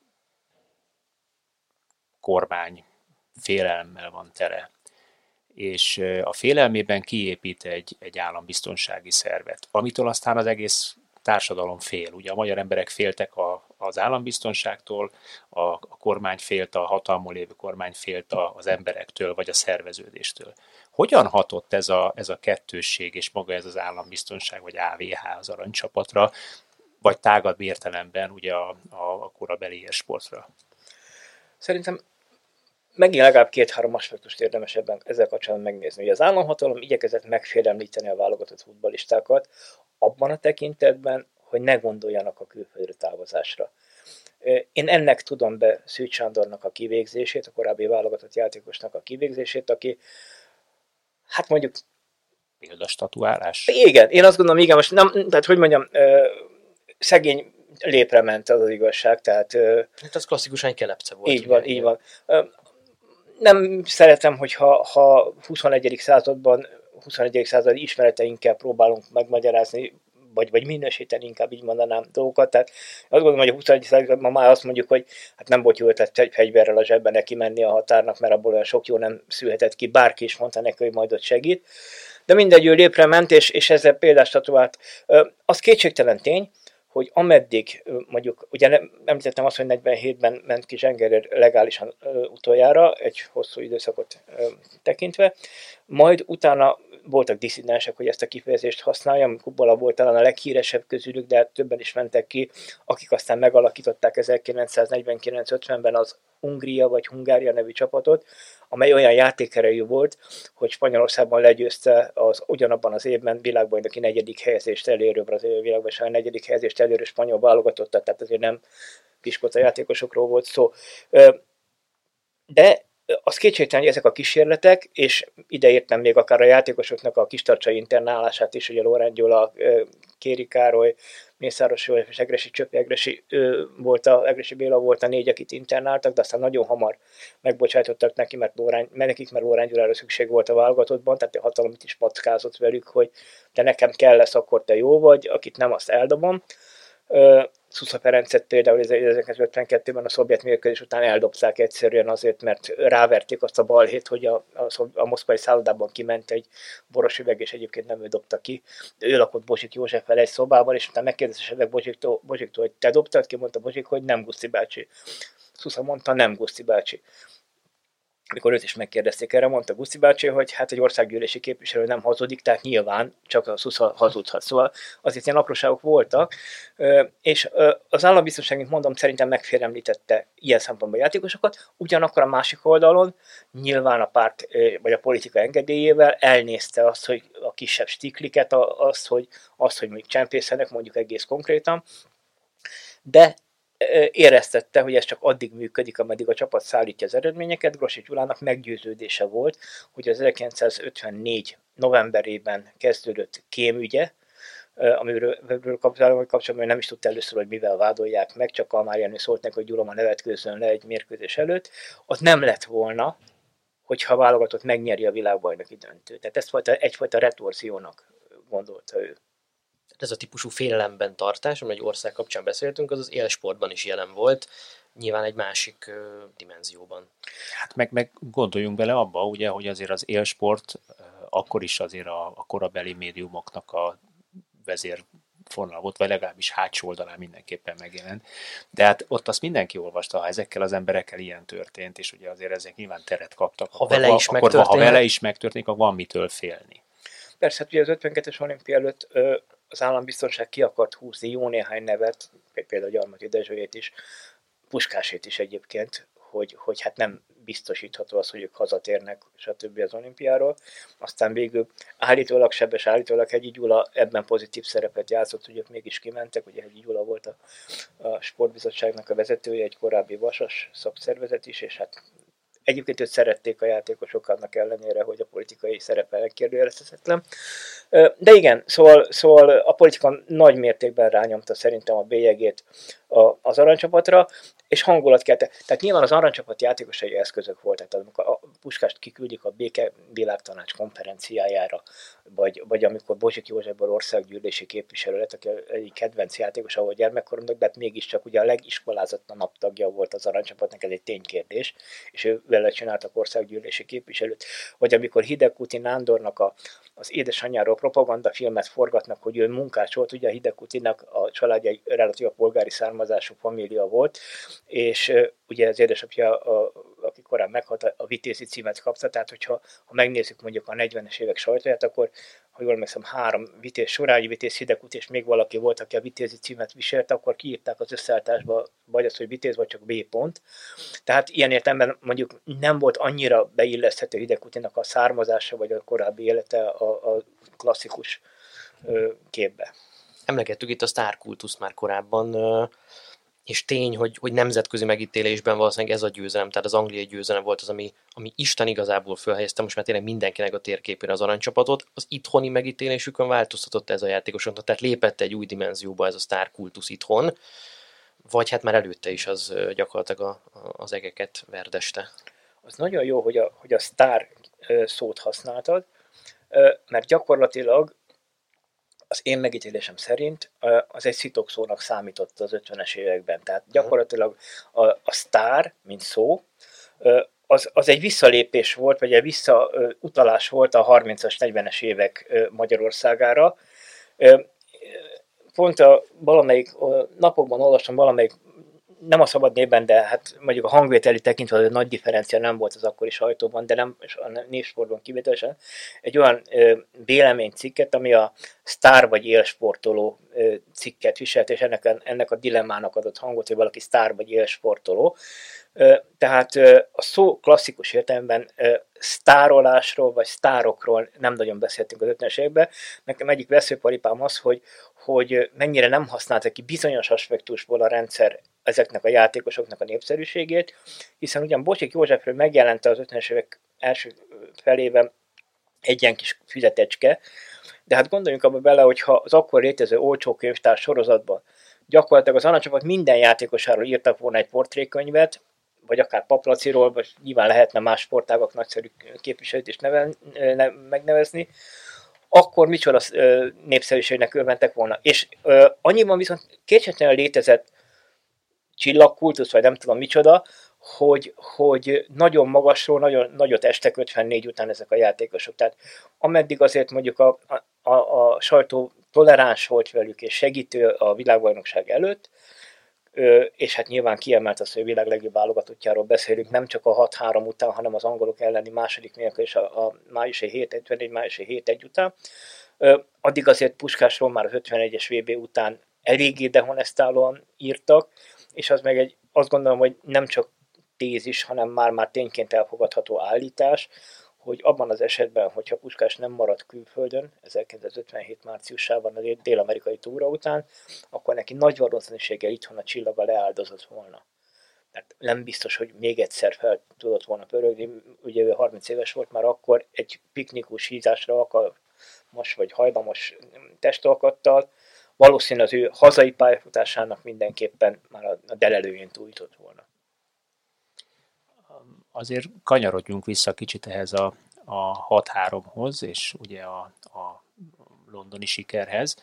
kormány félelemmel van tele, és a félelmében kiépít egy, egy állambiztonsági szervet, amitől aztán az egész társadalom fél. Ugye a magyar emberek féltek a, az állambiztonságtól, a, a kormány félt, a hatalmon lévő kormány félt az emberektől, vagy a szerveződéstől. Hogyan hatott ez a, ez a kettősség, és maga ez az állambiztonság, vagy á vé há az aranycsapatra, vagy tágabb értelemben ugye a, a, a korabeli sportra? Szerintem megint legalább két-három aspektust érdemes ebben ezzel kapcsolatban megnézni. Ugye az államhatalom igyekezett megfélemlíteni a válogatott futballistákat abban a tekintetben, hogy ne gondoljanak a külföldre távozásra. Én ennek tudom be Szűcs Sándornak a kivégzését, a korábbi válogatott játékosnak a kivégzését, aki hát mondjuk példastatuálás. Igen, én azt gondolom, igen, most nem, tehát hogy mondjam, szegény lépre ment az az igazság, tehát... Hát az klasszikusan egy kelepce volt. Így van, így van. Nem szeretem, hogyha ha huszonegyedik században, huszonegyedik század ismereteinkkel próbálunk megmagyarázni, vagy, vagy minősíteni, inkább így mondanám dolgokat. Tehát azt gondolom, hogy a huszonegyedik században ma már azt mondjuk, hogy hát nem volt jó ötlet egy fegyverrel a zsebben neki menni a határnak, mert abból olyan sok jó nem szülhetett ki, bárki is mondta neki, hogy majd ott segít. De mindegy, ő lépre ment, és, és ezzel példát statuált. Az kétségtelen tény, hogy ameddig, mondjuk, ugye nem, említettem azt, hogy negyvenhétben ment ki Zsengerer legálisan ö, utoljára, egy hosszú időszakot ö, tekintve, majd utána voltak disszidensek, hogy ezt a kifejezést használjam, Kubala volt talán a leghíresebb közülük, de többen is mentek ki, akik aztán megalakították ezerkilencszáznegyvenkilenc-ötvenben az Ungria vagy Hungária nevű csapatot, amely olyan játékerejű volt, hogy Spanyolországban legyőzte az ugyanabban az évben világbajnoki negyedik helyezést elérő, brazil világbajnoki negyedik helyezést elérő spanyol válogatottat, tehát azért nem piskóta játékosokról volt szó. De az kétségtelen, hogy ezek a kísérletek, és ide értem még akár a játékosoknak a kistarcsai internálását is, ugye Loránd Gyula, Kéri Károly, Mészáros József és Egressy Csöpi Egressy, ő volt a, Egressy Béla volt a négy, akit internáltak, de aztán nagyon hamar megbocsájtottak neki, mert, Lórány, mert nekik, mert Lórány Gyulára szükség volt a válogatottban, tehát a hatalomit is packázott velük, hogy de nekem kell lesz, akkor te jó vagy, akit nem, azt eldobom. Szusza Ferencet például ezerkilencszázötvenkettőben a szovjet mérkőzés után eldobták egyszerűen azért, mert ráverték azt a balhét, hogy a, a, a moszkvai szállodában kiment egy boros üveg, és egyébként nem ő dobta ki. Ő lakott Bozsik Józseffel egy szobában, és utána megkérdezte Bozsiktól, Bozsiktól, hogy te dobtad ki, mondta Bozsik, hogy nem, Guszti bácsi. Szusza mondta, nem, Guszti bácsi. Mikor őt is megkérdezték erre, mondta Guszti bácsi, hogy hát egy országgyűlési képviselő nem hazudik, tehát nyilván csak a Szusza hazudhat. Szóval azért ilyen apróságok voltak, és az állambiztonság, mint mondom, szerintem megfélemlítette ilyen szempontból a játékosokat, ugyanakkor a másik oldalon nyilván a párt vagy a politika engedélyével elnézte azt, hogy a kisebb stikliket, azt, hogy, azt, hogy mondjuk csempészenek, mondjuk egész konkrétan, de éreztette, hogy ez csak addig működik, ameddig a csapat szállítja az eredményeket. Grossi Gyulának meggyőződése volt, hogy az ezerkilencszázötvennégy novemberében kezdődött kémügye, amiről kapcsolatban nem is tudta először, hogy mivel vádolják meg, csak Kalmár Jenő szólt neki, hogy Gyula ma nevetkőzzön le egy mérkőzés előtt. Ott nem lett volna, hogyha válogatott megnyeri a világbajnoki döntőt. Tehát ezt egyfajta retorziónak gondolta ő. Ez a típusú félelemben tartás, amely egy ország kapcsán beszéltünk, az az élsportban is jelen volt, nyilván egy másik uh, dimenzióban. Hát meg, meg gondoljunk bele abba, ugye, hogy azért az élsport uh, akkor is azért a, a korabeli médiumoknak a vezérfonal volt, vagy legalábbis hátsó oldalán mindenképpen megjelent. De hát ott azt mindenki olvasta, ha ezekkel az emberekkel ilyen történt, és ugye azért ezek nyilván teret kaptak. Ha akkor, vele is akkor, megtörtént. Ha vele is megtörténik, akkor van mitől félni. Persze, hát ugye az ötvenkettes olimpia előtt ö, az állambiztonság ki akart húzni jó néhány nevet, például Gyarmati Dezsőjét is, Puskásét is egyébként, hogy, hogy hát nem biztosítható az, hogy ők hazatérnek, stb. Az olimpiáról. Aztán végül állítólag Sebes, állítólag Hegyi Gyula ebben pozitív szerepet játszott, hogy ők mégis kimentek, ugye Hegyi Gyula volt a, a sportbizottságnak a vezetője, egy korábbi vasas szakszervezet is, és hát egyébként őt szerették a játékosok annak ellenére, hogy a politikai szerepe megkérdőjelezhetetlen. De igen, szóval, szóval a politika nagy mértékben rányomta szerintem a bélyegét az aranycsapatra, és hangulat kellte. Tehát nyilván az aranycsapat játékosai eszközök voltak. Tehát amikor a Puskást kiküldik a Béke Világtanács konferenciájára, vagy, vagy amikor Bozsik Józsefből országgyűlési képviselő lett, aki egy kedvenc játékos, ahol gyermekkoromnak, de hát mégiscsak ugye a legiskolázottanabb tagja volt az aranycsapatnak, ez egy ténykérdés, és ő vele csináltak országgyűlési képviselőt. Vagy amikor Hidegkuti Nándornak a, az édesanyjáról propagandafilmet forgatnak, hogy ő munkás volt, ugye a Hidegkutinak a családja egy relatív polgári származású família volt, és uh, ugye az édesapja, a, aki korán meghalt, a Vitézi címet kapta, tehát hogyha ha megnézzük mondjuk a negyvenes évek sajtóját, akkor ha jól emlékszem, három Vitéz, Sorányi Vitéz, Hidegkuti, és még valaki volt, aki a Vitézi címet viselte, akkor kiírták az összeállításba, vagy az, hogy Vitéz, vagy csak B pont. Tehát ilyen értelemben mondjuk nem volt annyira beilleszthető Hidegkutinak a származása, vagy a korábbi élete a, a klasszikus ö, képbe. Emlegettük itt a sztárkultuszt már korábban, és tény, hogy, hogy nemzetközi megítélésben valószínűleg ez a győzelem, tehát az angliai győzelem volt az, ami, ami Isten igazából fölhelyezte most már tényleg mindenkinek a térképére az aranycsapatot. Az itthoni megítélésükön változtatott ez a játékosoknak, tehát lépett egy új dimenzióba ez a sztárkultusz itthon, vagy hát már előtte is az gyakorlatilag a, az egeket verdeste. Az nagyon jó, hogy a, hogy a sztár szót használtad, mert gyakorlatilag az én megítélésem szerint az egy szitokszónak számított az ötvenes években. Tehát gyakorlatilag a, a sztár, mint szó, az, az egy visszalépés volt, vagy egy visszautalás volt a harmincas, negyvenes évek Magyarországára. Pont a valamelyik napokban olvastam valamelyik, nem a szabad névben, de hát mondjuk a hangvételi tekintve az nagy differencia nem volt az akkori sajtóban, de nem a névsportban kivételesen, egy olyan ö, véleménycikket, ami a sztár vagy élsportoló ö, cikket viselt, és ennek, ennek a dilemmának adott hangot, hogy valaki sztár vagy élsportoló. Ö, tehát ö, a szó klasszikus értelemben ö, sztárolásról vagy sztárokról nem nagyon beszéltünk az ötvenes években. Nekem egyik veszőparipám az, hogy, hogy mennyire nem használta ki bizonyos aspektusból a rendszer ezeknek a játékosoknak a népszerűségét, hiszen ugyan Bozsik Józsefről megjelent az ötvenes évek első felében egy ilyen kis füzetecske, de hát gondoljunk abba bele, hogyha az akkor létező olcsó könyvtár sorozatban gyakorlatilag az aranycsapat minden játékosáról írtak volna egy portrékönyvet, vagy akár Paplaciról, vagy nyilván lehetne más sportágak nagyszerű képviselőt is nevel, ne, megnevezni, akkor micsoda népszerűségnek örventek volna. És ö, annyiban viszont kétségtelenül létezett csillagkultusz, vagy nem tudom micsoda, hogy, hogy nagyon magasról, nagyon nagyot estek ötvennégy után ezek a játékosok. Tehát ameddig azért mondjuk a, a, a sajtó toleráns volt velük, és segítő a világbajnokság előtt, és hát nyilván kiemelt az, hogy a világ legjobb válogatottjáról beszélünk, nem csak a hat három után, hanem az angolok elleni második mérkőzés a, a májusi hét ötvenegy, májusi hét egy után. Addig azért Puskásról már az ötvenegyes vé bé után eléggé dehonestálóan írtak, és az meg egy, azt gondolom, hogy nem csak tézis, hanem már-már tényként elfogadható állítás, hogy abban az esetben, hogyha Puskás nem marad külföldön, ezerkilencszázötvenhét márciusában a dél-amerikai túra után, akkor neki nagy valószínűséggel itthon a csillaga leáldozott volna. Tehát nem biztos, hogy még egyszer fel tudott volna pörögni. Ugye ő harminc éves volt már akkor, egy piknikus hízásra alkalmas vagy hajlamos testalkattal, valószínűleg az ő hazai pályafutásának mindenképpen már a delelőjén túljutott volna. Azért kanyarodjunk vissza kicsit ehhez a, a hat háromhoz, és ugye a, a londoni sikerhez.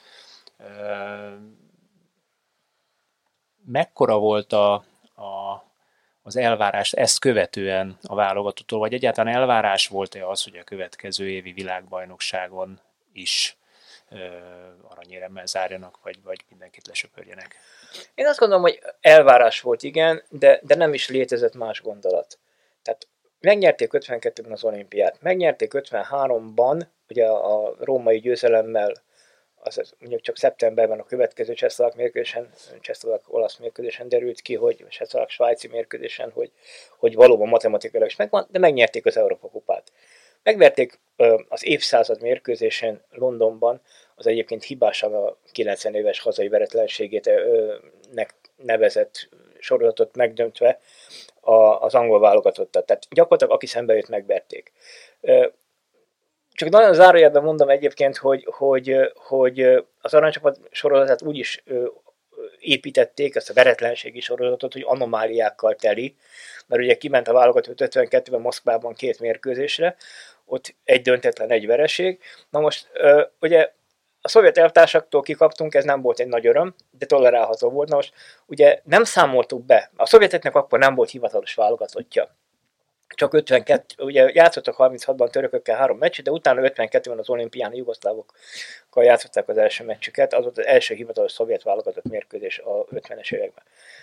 Mekkora volt a, a, az elvárás ezt követően a válogatottól, vagy egyáltalán elvárás volt-e az, hogy a következő évi világbajnokságon is aranyéremmel zárjanak, vagy, vagy mindenkit lesöpörjenek? Én azt gondolom, hogy elvárás volt, igen, de, de nem is létezett más gondolat. Tehát megnyerték ötvenkettőben az olimpiát, megnyerték ötvenháromban, ugye a római győzelemmel, az mondjuk csak szeptemberben a következő csehszlovák mérkőzésen, csehszlovák-olasz mérkőzésen derült ki, hogy csehszlovák-svájci mérkőzésen, hogy, hogy valóban matematikailag is megvan, de megnyerték az Európa kupát. Megverték az évszázad mérkőzésen Londonban, az egyébként hibásan a kilencven éves hazai veretlenségét nevezett sorozatot megdöntve az angol válogatottat. Tehát gyakorlatilag aki szembe jött, megverték. Csak nagyon zárójelben mondom egyébként, hogy, hogy, hogy az aranycsapat sorozatát úgy is építették, ezt a veretlenségi sorozatot, hogy anomáliákkal teli, mert ugye kiment a válogatott ötvenkettőben Moszkvában két mérkőzésre, ott egy döntetlen, egy vereség. Na most ugye a szovjet elvtársaktól kikaptunk, ez nem volt egy nagy öröm, de tolerálható volt. Na most ugye nem számoltuk be, a szovjeteknek akkor nem volt hivatalos válogatottja. Csak ötvenkettő, ugye játszottak harminchatban törökökkel három meccs, de utána ötvenkettőben az olimpián jugoszlávokkal játszották az első meccsüket, az volt az első hivatalos szovjet válogatott mérkőzés a ötvenes években.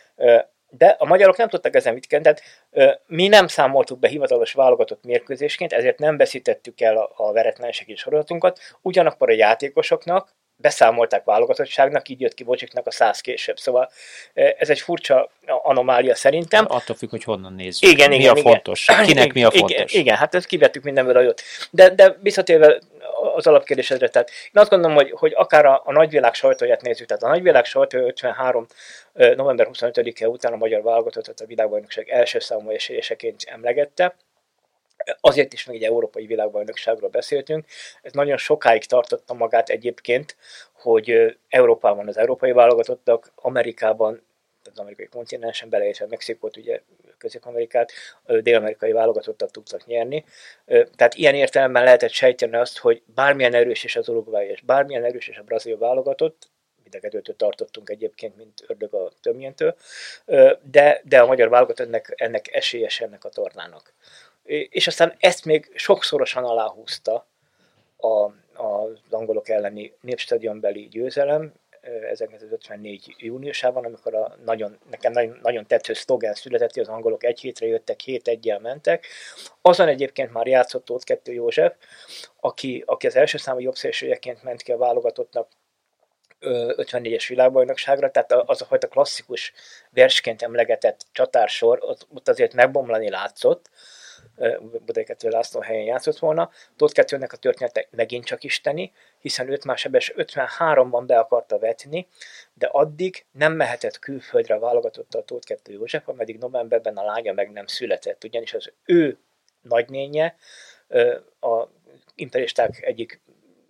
De a magyarok nem tudtak ezen mit kezdeni, tehát mi nem számoltuk be hivatalos válogatott mérkőzésként, ezért nem veszítettük el a, a veretlenségi sorozatunkat, ugyanakkor a játékosoknak beszámolták válogatottságnak, így jött ki Bocsiknak a száz később. Szóval ez egy furcsa anomália szerintem. Attól függ, hogy honnan nézzük. Igen, mi igen, a igen. fontos? Kinek mi a fontos? Igen, igen, hát ezt kivettük mindenből a jót. De, de visszatérve az alapkérdésedre, tehát én azt gondolom, hogy, hogy akár a, a nagyvilág sajtóját nézzük, tehát a nagyvilág sajtó ötvenhárom. november huszonötödike után a magyar válogatottat a világbajnokság első számú esélyeseként emlegette. Azért is még egy európai világbajnokságról beszéltünk. Ez nagyon sokáig tartotta magát egyébként, hogy Európában az európai válogatottak, Amerikában, az amerikai kontinensen beleértve Mexikót, ugye Közép-Amerikát, dél-amerikai válogatottak tudtak nyerni. Tehát ilyen értelemben lehetett sejteni azt, hogy bármilyen erős is az Uruguay és bármilyen erős is a brazil válogatott, mindenkettőtől tartottunk egyébként, mint ördög a tömjéntől, de, de a magyar válogatott ennek, ennek esélyes ennek a tornának. És aztán ezt még sokszorosan aláhúzta a, az angolok elleni népstadionbeli győzelem ezerkilencszázötvennégy júniusában, amikor a nagyon, nekem nagyon, nagyon tetsző szlogán született, hogy az angolok egy hétre jöttek, hét eggyel mentek. Azon egyébként már játszott Tóth Kettő József, aki, aki az első számú jobbszélsőjeként ment ki a válogatottnak ötvennégyes világbajnokságra, tehát az a fajta klasszikus versként emlegetett csatársor, ott azért megbomlani látszott, Budai Kettő László helyen játszott volna. Tóth Kettőnek a története megint csak isteni, hiszen őt már sebes ötvenháromban be akarta vetni, de addig nem mehetett külföldre válogatott a Tóth Kettő József, ameddig novemberben a lánya meg nem született, ugyanis az ő nagynénye, a imperialisták egyik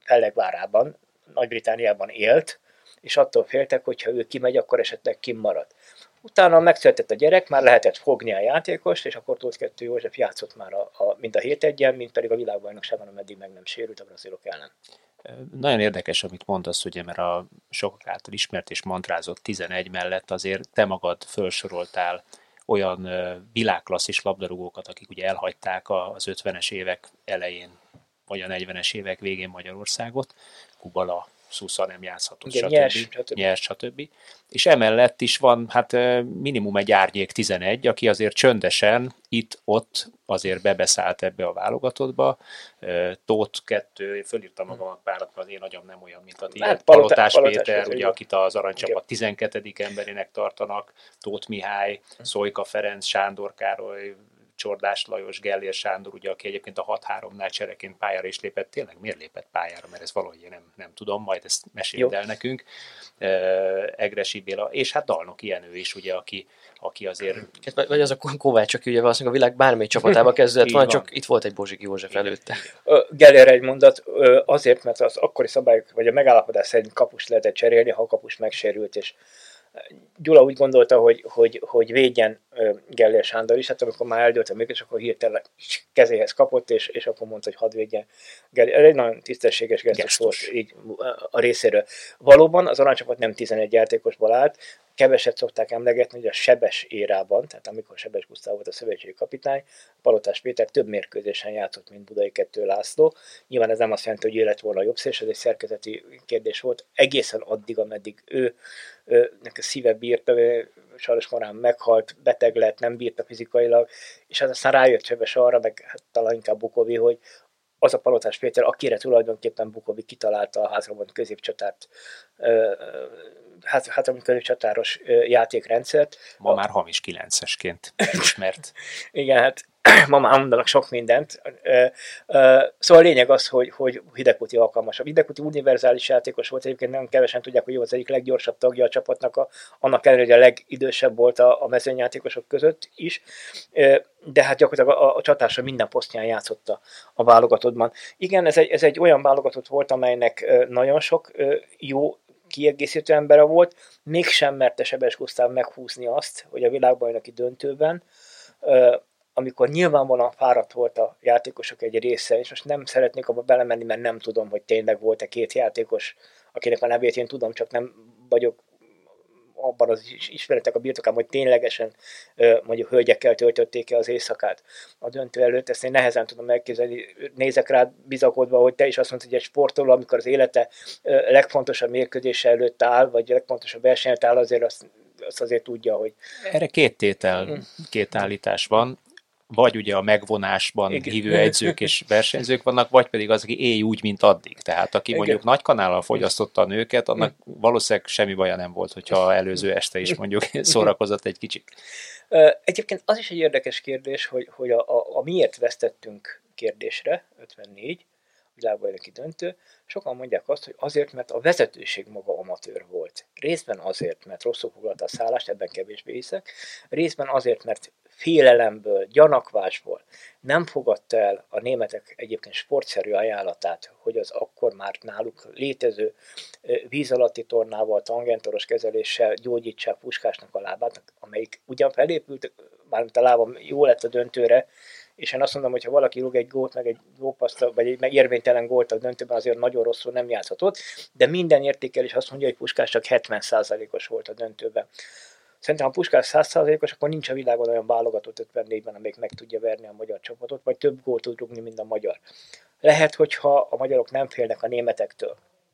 Fellegvárában, Nagy-Britanniában élt, és attól féltek, hogyha ő kimegy, akkor esetleg kimarad. Utána megszületett a gyerek, már lehetett fogni a játékost, és akkor Tóth kettő József játszott már a, a, mind a hét egyen, mint pedig a világbajnokságon, ameddig meg nem sérült a brazilok ellen. Nagyon érdekes, amit mondasz, ugye, mert a sokak által ismert és mantrázott tizenegy mellett azért te magad felsoroltál olyan világklasszis labdarúgókat, akik ugye elhagyták az ötvenes évek elején, vagy a negyvenes évek végén Magyarországot, Kubala, Szusza nem játszhatott, Igen, stb. Nyers, stb. Nyers, stb. És emellett is van hát minimum egy árnyék tizenegy, aki azért csöndesen itt-ott azért bebeszállt ebbe a válogatottba. Tóth kettő, fölírtam magamat párat, mert az én agyam nem olyan, mint a tiéd. Hát, Palotás, Palotás Péter, Péter, ugye, akit az aranycsapat tizenkettedik emberének tartanak, Tóth Mihály, Szojka Ferenc, Sándor Károly, Csordás Lajos, Gellér Sándor, ugye, aki egyébként a hat háromnál csereként pályára is lépett. Tényleg miért lépett pályára? Mert ez valahogy én nem, nem tudom, majd ezt meséld el nekünk. Egressy Béla, és hát Dalnoki Jenő is, ugye, aki, aki azért... Vagy az a Kovács, aki ugye valószínűleg a világ bármely csapatába kezdett van, csak itt volt egy Bozsik József előtte. Gellér egy mondat, azért, mert az akkori szabályok, vagy a megállapodás szerint kapust lehetett cserélni, ha a kapus megsérült, és Gyula úgy gondolta, hogy, hogy, hogy védjen Gellér Sándor is, hát amikor már eldőlt a mégis, akkor hirtelen kezéhez kapott, és, és akkor mondta, hogy hadd védjen Gellér. Ez egy nagyon tisztességes gesztus volt így a részéről. Valóban az aranycsapat nem tizenegy játékosból állt, keveset szokták emlegetni, hogy a Sebes érában, tehát amikor Sebes Gusztáv volt a szövetségi kapitány, Palotás Péter több mérkőzésen játszott, mint Budai kettő László. Nyilván ez nem azt jelenti, hogy ő lett volna jobb szélső, ez egy szerkezeti kérdés volt. Egészen addig, ameddig ő, ő neki szíve bírta, sajnos korán meghalt, beteg lett, nem bírta fizikailag, és hát aztán rájött Sebes arra, meg hát talán inkább Bukovi, hogy az a Palotás Péter, akire tulajdonképpen Bukovi kitalálta a hátrabont középcsatárt, hát, hátrabont középcsatáros játékrendszert. Ma már hamis kilencesként ismert. Igen, hát ma már mondanak sok mindent. Szóval a lényeg az, hogy, hogy Hidegkuti alkalmasabb. Hidegkuti univerzális játékos volt, egyébként nagyon kevesen tudják, hogy ő az egyik leggyorsabb tagja a csapatnak, a, annak ellenére, hogy a legidősebb volt a, a mezőnyjátékosok között is, de hát gyakorlatilag a, a csatársa minden posztján játszott a, a válogatottban. Igen, ez egy, ez egy olyan válogatott volt, amelynek nagyon sok jó kiegészítő embere volt, mégsem merte Sebes Gusztáv meghúzni azt, hogy a világbajnoki döntőben, amikor nyilvánvalóan fáradt volt a játékosok egy része, és most nem szeretnék abba belemenni, mert nem tudom, hogy tényleg volt-e két játékos, akinek a nevét én tudom, csak nem vagyok abban az ismeretek a birtokám, hogy ténylegesen mondjuk hölgyekkel töltötték-e az éjszakát a döntő előtt. Ezt én nehezen tudom elképzelni. Nézek rád bizakodva, hogy te is azt mondtad, hogy egy sportoló, amikor az élete legfontosabb mérkőzése előtt áll, vagy legfontosabb verseny előtt áll, azért azt, azt azért tudja, hogy... Erre két tétel, két állítás van. Vagy ugye a megvonásban igen. hívő edzők és versenyzők vannak, vagy pedig az, aki élj úgy, mint addig. Tehát aki igen. mondjuk nagy kanállal fogyasztotta a nőket, annak valószínűleg semmi baja nem volt, hogyha előző este is mondjuk szórakozott egy kicsit. Egyébként az is egy érdekes kérdés, hogy, hogy a, a, a miért vesztettünk kérdésre, ötvennégy, világbajnoki döntő, sokan mondják azt, hogy azért, mert a vezetőség maga amatőr volt. Részben azért, mert rosszul foglalta a szállást, ebben kevésbé hiszek. Részben azért, mert félelemből, gyanakvásból nem fogadta el a németek egyébként sportszerű ajánlatát, hogy az akkor már náluk létező víz alatti tornával, tangentoros kezeléssel gyógyítsák Puskásnak a lábát, amelyik ugyan felépült, mármint a lábam jó lett a döntőre, és én azt mondom, hogy ha valaki rúg egy gólt, meg egy gópasztal, vagy egy érvénytelen gólt a döntőben, azért nagyon rosszul nem játszhatott, de minden értékelés azt mondja, hogy Puskás csak hetven százalékos volt a döntőben. Szerintem, ha Puskás száz százalékos, akkor nincs a világon olyan válogatott ötvennégyben, amelyik meg tudja verni a magyar csapatot, vagy több gólt tud rúgni, mint a magyar. Lehet, hogyha a magyarok nem félnek a németektől,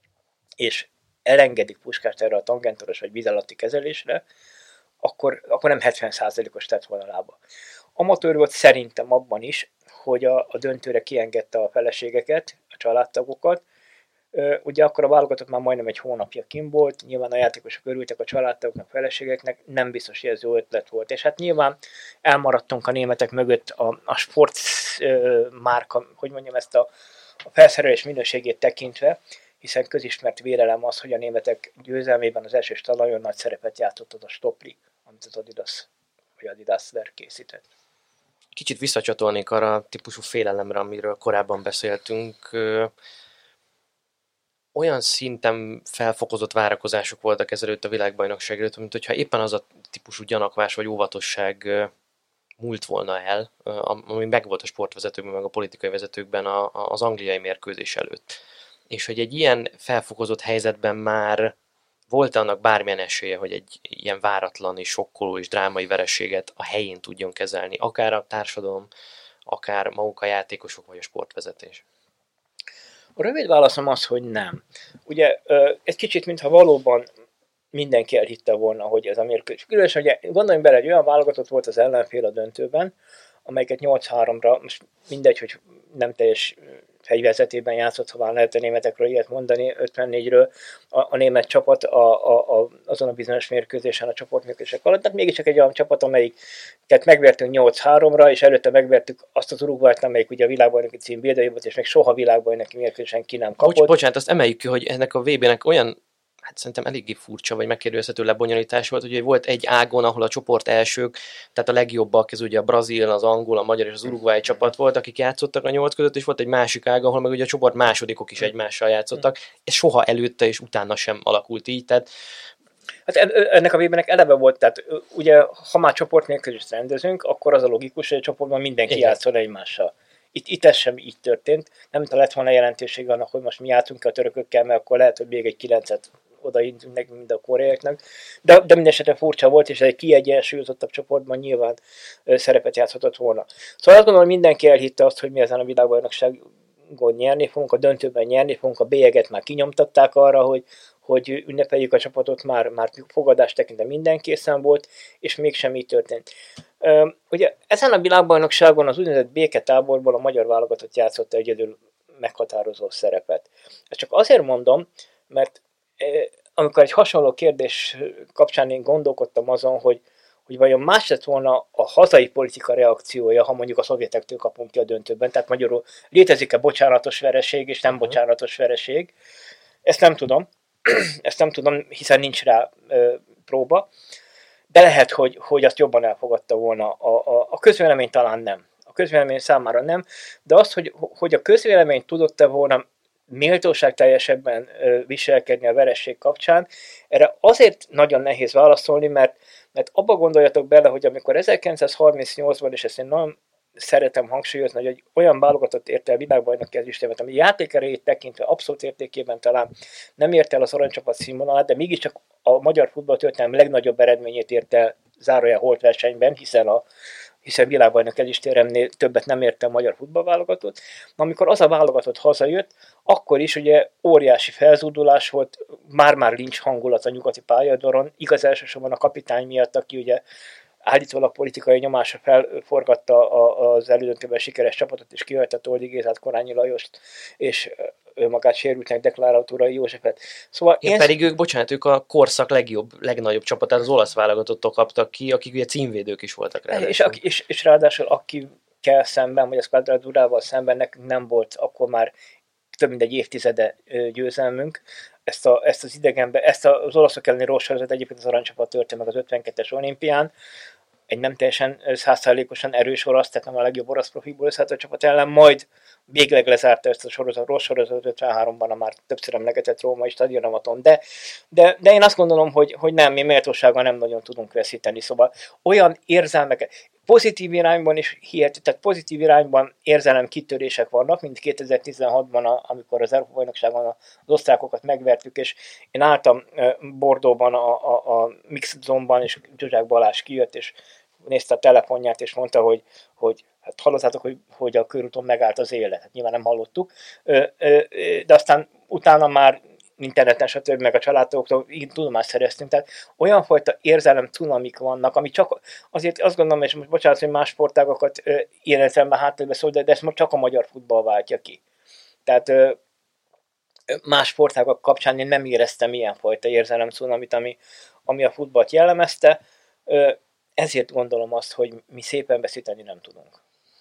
és elengedik Puskást erre a tangentoros vagy víz alatti kezelésre, akkor, akkor nem hetven százalékos tett volna lába. Amatőr volt szerintem abban is, hogy a, a döntőre kiengedte a feleségeket, a családtagokat. Ugye akkor a válogatott már majdnem egy hónapja kim volt, nyilván a játékosok örültek a családtagoknak, a feleségeknek, nem biztos, hogy ez jó ötlet volt. És hát nyilván elmaradtunk a németek mögött a, a sport márka, hogy mondjam, ezt a, a felszerelés minőségét tekintve, hiszen közismert vérelem az, hogy a németek győzelmében az első talajon nagy szerepet játszott az a Stopli, amit az Adidas vagy Adidas készített. Kicsit visszacsatolnék arra a típusú félelemre, amiről korábban beszéltünk. olyan szinten felfokozott várakozások voltak ezelőtt a világbajnokság előtt, mint hogyha éppen az a típusú gyanakvás vagy óvatosság múlt volna el, ami megvolt a sportvezetőkben, meg a politikai vezetőkben az angliai mérkőzés előtt. És hogy egy ilyen felfokozott helyzetben már volt annak bármilyen esélye, hogy egy ilyen váratlan és sokkoló és drámai vereséget a helyén tudjon kezelni, akár a társadalom, akár maguk a játékosok vagy a sportvezetés. A rövid válaszom az, hogy nem. Ugye egy kicsit, mintha valóban mindenki elhitte volna, hogy ez a mérkőzés. Különösen, ugye gondoljunk bele, egy olyan válogatott volt az ellenfél a döntőben, amelyiket nyolc háromra, most mindegy, hogy nem teljes fegyverzetében játszott, ha már lehet a németekről ilyet mondani, ötvennégyről a, a német csapat a, a, a, azon a bizonyos mérkőzésen, a csoportmérkőzések alatt, de mégiscsak egy olyan csapat, amelyik, tehát megvertünk nyolc háromra, és előtte megvertük azt az Uruguayt, amelyik ugye a világbajnoki cím védője volt, és még soha világbajnoki mérkőzésen ki nem kapott. Bocs, bocsánat, azt emeljük ki, hogy ennek a vé bének olyan, hát szerintem eléggé furcsa, vagy megkérdőjelezhető lebonyolítás volt, hogy volt egy ágon, ahol a csoport elsők, tehát a legjobbak, ez ugye a brazil, az angol, a magyar és az uruguayi csapat volt, akik játszottak a nyolc között, és volt egy másik ág, ahol meg ugye a csoport másodikok is egymással játszottak. Ez soha előtte és utána sem alakult így, tehát Hát ennek a vé bének eleve volt, tehát ugye, ha már csoportmérkőzést rendezünk, akkor az a logikus, hogy a csoportban mindenki Igen. játszol egymással. Itt, itt ez sem így történt. Nem mintha lett volna jelentősége annak, hogy most mi játszunk a törökökkel, mert akkor lehet, hogy még egy kilencet odaintünk nekünk, mint a koreaiaknak. De, de mindesetre furcsa volt, és egy kiegyensúlyozottabb csoportban nyilván ö, szerepet játszhatott volna. Szóval azt gondolom, hogy mindenki elhitte azt, hogy mi ezen a világbajnokságon nyerni fogunk, a döntőben nyerni fogunk, a bélyeget már kinyomtatták arra, hogy, hogy ünnepeljük a csapatot, már, már fogadást tekintve minden készen volt, és mégsem így történt. Ö, ugye ezen a világbajnokságon az úgynevezett béketáborból a magyar válogatott játszotta egyedül meghatározó szerepet. Ezt csak azért mondom, mert amikor egy hasonló kérdés kapcsán én gondolkodtam azon, hogy, hogy vajon más lett volna a hazai politika reakciója, ha mondjuk a szovjetektől kapunk ki a döntőben, tehát magyarul létezik-e bocsánatos vereség és nem bocsánatos vereség, ezt nem tudom, ezt nem tudom, hiszen nincs rá ö, próba, de lehet, hogy, hogy azt jobban elfogadta volna a, a, a közvélemény, talán nem. A közvélemény számára nem, de azt, hogy, hogy a közvélemény tudott-e volna méltóságteljesebben viselkedni a veresség kapcsán, erre azért nagyon nehéz válaszolni, mert, mert abba gondoljatok bele, hogy amikor ezerkilencszázharmincnyolcban, és ezt én nagyon szeretem hangsúlyozni, hogy egy olyan válogatott érte el világbajnoki ezüstérmet, ami játékerejét tekintve abszolút értékében talán nem ért el az aranycsapat színvonalát, de mégiscsak a magyar futballtörténelem legnagyobb eredményét ért el zárójel holt versenyben, hiszen a hiszen világbajnok ezüstéremnél többet nem érte a magyar futballválogatott. Amikor az a válogatott hazajött, akkor is ugye óriási felzúdulás volt, már-már lincs hangulat a nyugati pályaudvaron, igaz elsősorban a kapitány miatt, aki ugye állítólag politikai nyomásra felforgatta az elődöntőben sikeres csapatot, és kihagyta Toldi Gézát, Korányi Lajost, és ő magát sérültnek deklarált Urai Józsefet. Szóval én én... pedig ők, bocsánat, ők a korszak legjobb, legnagyobb csapatát, az olasz válogatottól kaptak ki, akik ugye címvédők is voltak rá. És, és, és ráadásul akikkel szemben, vagy a Squadradurával szemben nekünk nem volt akkor már több mint egy évtizede győzelmünk. Ezt, a, ezt az idegenbe, ezt az olaszok elleni rossz sorozatot egyébként az aranycsapat törte meg az ötvenkettes olimpián, egy nem teljesen százszázalékosan erős orosz, tehát nem a legjobb orosz profiból összeállt a csapat ellen, majd végleg lezárta ezt a sorozat, rossz sorozatot ötvenháromban a már többször emlegetett római stadionomaton. De, de, de én azt gondolom, hogy, hogy nem, mi méltósággal nem nagyon tudunk veszíteni. Szóval olyan érzelmeket, pozitív irányban is hihető, tehát pozitív irányban érzelem kitörések vannak, mint kétezer-tizenhatban, amikor az Európa-bajnokságon az osztrákokat megvertük, és én álltam Bordóban a, a, a Mixed Zone-ban, és Zsuzsák Balázs kijött, és nézte a telefonját, és mondta, hogy, hogy hát hallottátok, hogy, hogy a körúton megállt az élet. Hát nyilván nem hallottuk, de aztán utána már interneten, stb. Meg a családoktól tudomást szereztünk. Tehát olyan fajta érzelem cunamik vannak, ami csak azért azt gondolom, és most bocsánat, hogy más sportágokat ilyen értelemben háttérbe szól, de, de ezt csak a magyar futball váltja ki. Tehát más sportágok kapcsán én nem éreztem ilyen fajta érzelem cunamit, ami, ami a futballt jellemezte. Ezért gondolom azt, hogy mi szépen veszíteni nem tudunk.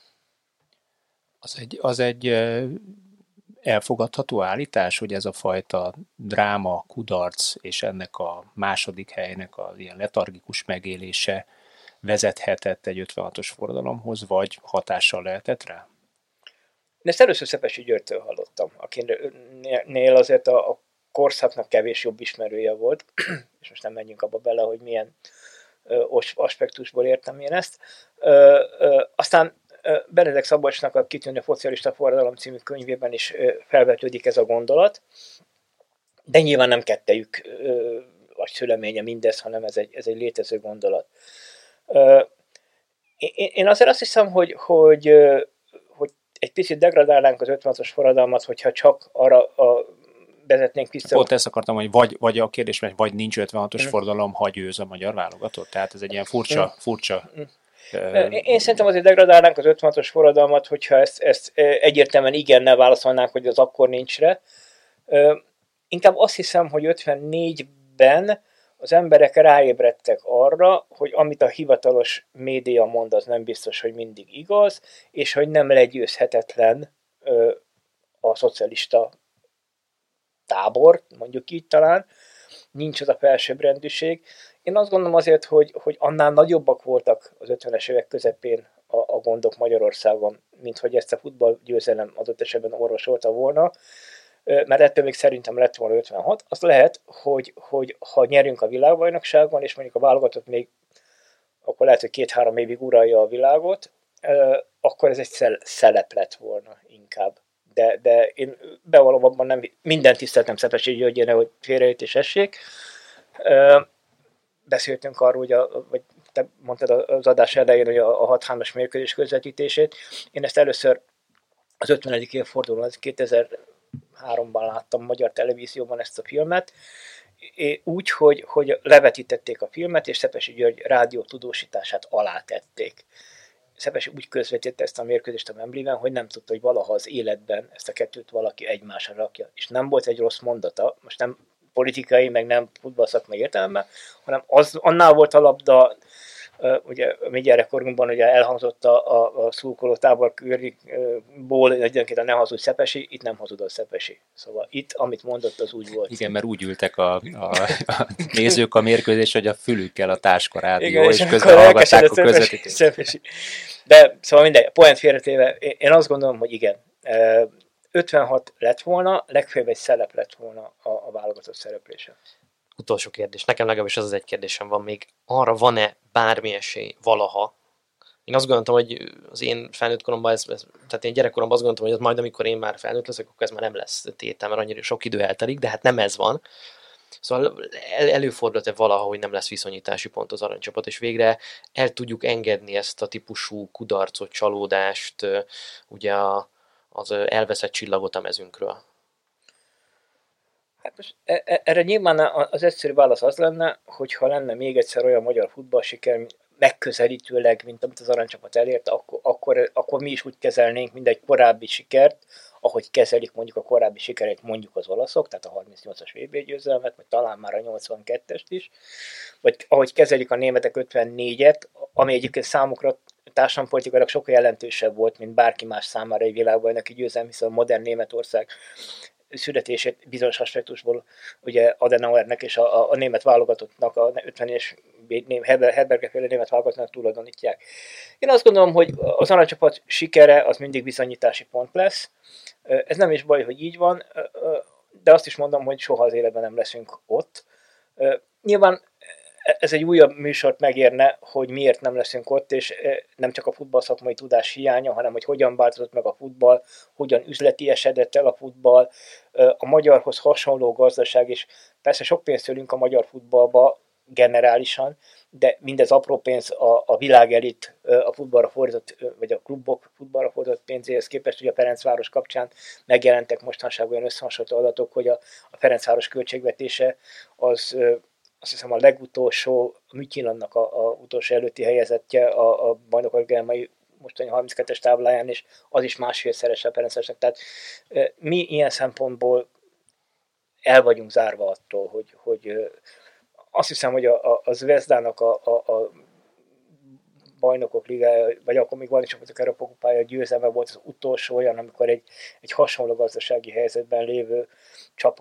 Az egy, az egy elfogadható állítás, hogy ez a fajta dráma, kudarc és ennek a második helynek az ilyen letargikus megélése vezethetett egy ötvenhatos forradalomhoz, vagy hatással lehetett rá? Én ezt először Szepesi Györgytől hallottam, akinél azért a, a korszaknak kevés jobb ismerője volt, és most nem menjünk abba bele, hogy milyen ö, aspektusból értem én ezt. Ö, ö, aztán ö, Benedek Szabolcsnak a Kitűnő Szocialista Forradalom című könyvében is ö, felvetődik ez a gondolat, de nyilván nem kettejük ö, a szüleménye mindez, hanem ez egy, ez egy létező gondolat. Ö, én, én azért azt hiszem, hogy, hogy, hogy egy picit degradálnánk az ötvenhatos forradalmat, hogyha csak arra a vezetnénk vissza. Pont ezt akartam, hogy vagy, vagy a kérdés, mert vagy nincs ötvenhatos mm. forradalom, ha győz a magyar válogatott. Tehát ez egy ilyen furcsa, mm. furcsa... Mm. Uh, Én szerintem azért degradálnánk az ötvenhatos forradalmat, hogyha ezt, ezt egyértelműen igennel válaszolnánk, hogy az akkor nincs rá. Uh, inkább azt hiszem, hogy ötvennégyben az emberek ráébredtek arra, hogy amit a hivatalos média mond, az nem biztos, hogy mindig igaz, és hogy nem legyőzhetetlen uh, a szocialista tábor, mondjuk így talán, nincs az a felsőbbrendűség. Én azt gondolom azért, hogy, hogy annál nagyobbak voltak az ötvenes évek közepén a, a gondok Magyarországon, mint hogy ezt a futballgyőzelem adott esetben orvosolta volna, mert ettől még szerintem lett volna ötvenhat. Az lehet, hogy, hogy ha nyerünk a világbajnokságon, és mondjuk a válogatott még, akkor lehet, hogy két-három évig uralja a világot, akkor ez egy szelep lett volna inkább. De, de én bevallom abban nem, minden tiszteltem Szepesi Györgyére, hogy félreértés essék. Beszéltünk arról, hogy a, vagy te mondtad az adás elején, hogy a, a hat-hármas mérkőzés közvetítését. Én ezt először az ötvenedik évfordulón, kétezer-háromban láttam magyar televízióban ezt a filmet, úgy, hogy, hogy levetítették a filmet, és Szepesi György rádió tudósítását alátették. Szepesi úgy közvetítette ezt a mérkőzést a Wembleyben, hogy nem tudta, hogy valaha az életben ezt a kettőt valaki egymásra rakja. És nem volt egy rossz mondata, most nem politikai, meg nem futballszakmai értelemben, hanem az, annál volt a labda, uh, ugye a mi gyerekkorunkban ugye elhangzott a, a, a szurkoló tábor körikból egyenként a ne hazudj Szepesi, itt nem hazudott Szepesi. Szóval itt, amit mondott, az úgy volt. Igen, mert úgy ültek a, a, a nézők a mérkőzés, hogy a fülükkel a táska rádió, igen, és, és közben hallgatták a közvetítést. De szóval mindegy, poént félretéve, én azt gondolom, hogy igen, ötvenhat lett volna, legfeljebb egy szelep lett volna a, a válogatott szereplése. Utolsó kérdés. Nekem legalábbis az az egy kérdésem van még. Arra van-e bármi esély valaha? Én azt gondoltam, hogy az én felnőtt koromban, ez, ez, tehát én gyerekkoromban azt gondoltam, hogy az majd, amikor én már felnőtt leszek, akkor ez már nem lesz tétel, mert annyira sok idő eltelik, de hát nem ez van. Szóval el, előfordult-e valaha, hogy nem lesz viszonyítási pont az aranycsapat, és végre el tudjuk engedni ezt a típusú kudarcot, csalódást, ugye a, az elveszett csillagot a mezünkről? Hát most erre nyilván az egyszerű válasz az lenne, hogyha lenne még egyszer olyan magyar futballsiker, megközelítőleg, mint amit az aranycsapat elért, akkor, akkor, akkor mi is úgy kezelnénk, mint egy korábbi sikert, ahogy kezelik mondjuk a korábbi sikereit mondjuk az olaszok, tehát a harmincnyolcas vé bé győzelmet, vagy talán már a nyolcvankettest is, vagy ahogy kezelik a németek ötvennégyet, ami egyébként számukra társadalompolitikailag sokkal jelentősebb volt, mint bárki más számára egy világbajnoki győzelem, hiszen a modern Németország születését bizonyos aspektusból ugye Adenauernek és a, a, a német válogatottnak, a ötvenes Herberger-féle német válogatottnak tulajdonítják. Én azt gondolom, hogy az aranycsapat sikere az mindig bizonyítási pont lesz. Ez nem is baj, hogy így van, de azt is mondom, hogy soha az életben nem leszünk ott. Nyilván ez egy újabb műsort megérne, hogy miért nem leszünk ott, és nem csak a futballszakmai tudás hiánya, hanem hogy hogyan változott meg a futball, hogyan üzleti esedett el a futball, a magyarhoz hasonló gazdaság, és persze sok pénzt tőlünk a magyar futballba generálisan, de mindez apró pénz a, a világelit a futballra fordított, vagy a klubok futballra fordított pénzéhez képest, hogy a Ferencváros kapcsán megjelentek mostanság olyan összehasonlító adatok, hogy a, a Ferencváros költségvetése az azt hiszem a legutolsó, a Mütyilannak a, a utolsó előtti helyezettje a, a bajnokok gelmai mostani harminckettes tábláján, és az is másfélszerese a Ferencvárosnak. Tehát e, mi ilyen szempontból el vagyunk zárva attól, hogy, hogy e, azt hiszem, hogy a, a, a Zvezdának a, a, a bajnokok ligája, vagy akkor még van is a Európa kupája győzelme volt az utolsó olyan, amikor egy, egy hasonló gazdasági helyzetben lévő csapat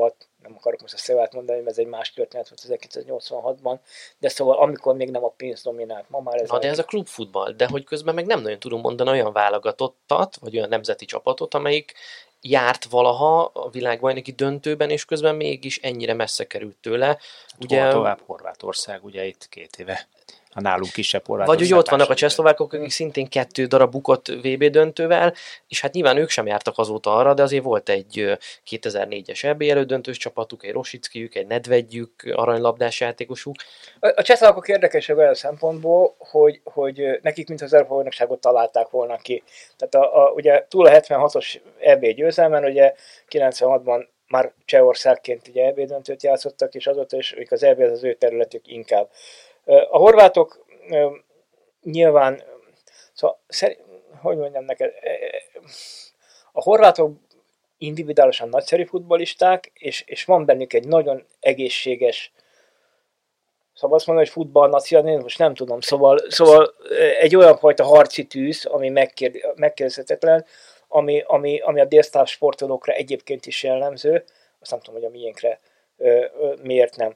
nem akarok most a szevát mondani, mert ez egy más történet volt ezerkilencszáznyolcvanhatban, de szóval amikor még nem a pénz dominált, ma már ez... Na, de ez a klubfutball, de hogy közben meg nem nagyon tudunk mondani olyan válogatottat, vagy olyan nemzeti csapatot, amelyik járt valaha a világbajnoki döntőben, és közben mégis ennyire messze került tőle. Ugye, tovább Horvátország, ugye itt két éve a nálunk kisebb Horvátország. Vagy ugye ott vannak a csehszlovákok, akik szintén kettő darab bukott vé bé döntővel, és hát nyilván ők sem jártak azóta arra, de azért volt egy kétezer-négyes é bé elődöntős csapatuk, egy Rosickijük, egy Nedvedjük, aranylabdás játékosuk. A, a csehszlovákok érdekesek olyan szempontból, hogy, hogy nekik mint az Európa bajnokságot találták volna ki. Tehát a, a, ugye túl a hetvenhatos é bé győzelmen, ugye kilencvenhatban már Csehországként ugye é bé döntőt játszottak, és azóta is az é bé az ő területük inkább. A horvátok nyilván, szóval, hogy mondjam neked, a horvátok individuálisan nagyszerű futballisták, és, és van bennük egy nagyon egészséges, szóval azt mondom, hogy futballnacionalizmus, most nem tudom, szóval, szóval egy olyan fajta harci tűz, ami megkér, megkérdezhetetlen, ami, ami, ami a délszláv sportolókra egyébként is jellemző, azt nem tudom, hogy a miénkre miért nem.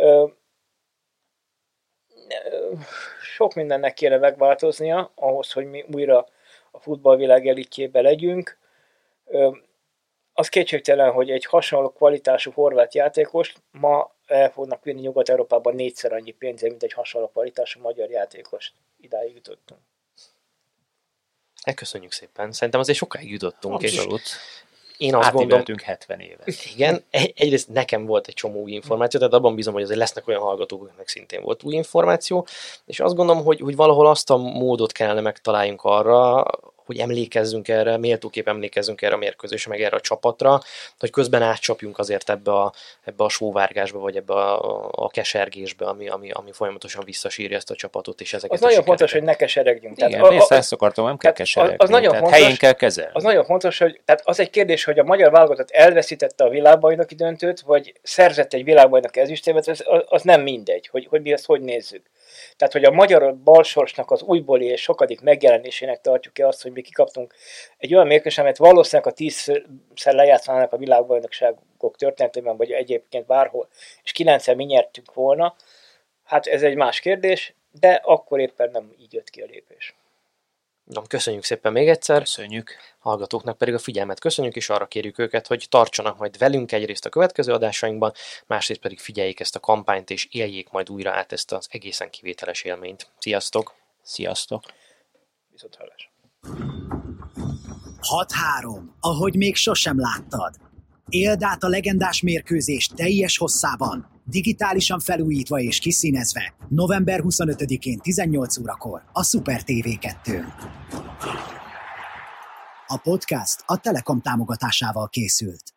Sok mindennek kéne megváltoznia ahhoz, hogy mi újra a futballvilág elitjébe legyünk. Az kétségtelen, hogy egy hasonló kvalitású horvát játékos ma el fognak vinni Nyugat-Európában négyszer annyi pénzért, mint egy hasonló kvalitású magyar játékos. Idáig jutottunk. Köszönjük szépen. Szerintem azért sokáig jutottunk. Abszolút. Én azt gondolom, hetven évet. Igen, egyrészt nekem volt egy csomó új információ, tehát abban bízom, hogy azért lesznek olyan hallgatók, akiknek szintén volt új információ, és azt gondolom, hogy, hogy valahol azt a módot kellene megtaláljunk arra, hogy emlékezzünk erre, méltóképp emlékezzünk erre a mérkőzésre, meg erre a csapatra, hogy közben átcsapjunk azért ebbe a, ebbe a sóvárgásba, vagy ebbe a, a kesergésbe, ami, ami, ami folyamatosan visszasírja ezt a csapatot, és ezeket az nagyon fontos, hogy ne keserjegjünk. Igen, tehát, a, a, ezt akartam, nem kell keseregni. Az nagyon fontos, helyén kell kezelni. Az nagyon fontos, hogy tehát az egy kérdés, hogy a magyar válogatott elveszítette a világbajnoki döntőt, vagy szerzett egy világbajnoki ezüstérmet, az, az nem mindegy, hogy, hogy mi ezt hogy nézzük. Tehát, hogy a magyar balsorsnak az újbóli és sokadik megjelenésének tartjuk-e azt, hogy mi kikaptunk egy olyan mérkőzést, amelyet valószínűleg a tízszer lejátsznának a világbajnokságok történetében, vagy egyébként bárhol, és kilencszer mi nyertünk volna, hát ez egy más kérdés, de akkor éppen nem így jött ki a lépés. Na, köszönjük szépen még egyszer. Köszönjük. Hallgatóknak pedig a figyelmet köszönjük, és arra kérjük őket, hogy tartsanak majd velünk egyrészt a következő adásainkban, másrészt pedig figyeljék ezt a kampányt, és éljék majd újra át ezt az egészen kivételes élményt. Sziasztok! Sziasztok! Viszonthallásra! hat három. Ahogy még sosem láttad. Éld át a legendás mérkőzés teljes hosszában, digitálisan felújítva és kiszínezve, november huszonötödikén tizennyolc órakor a Super té vé kettőn. A podcast a Telekom támogatásával készült.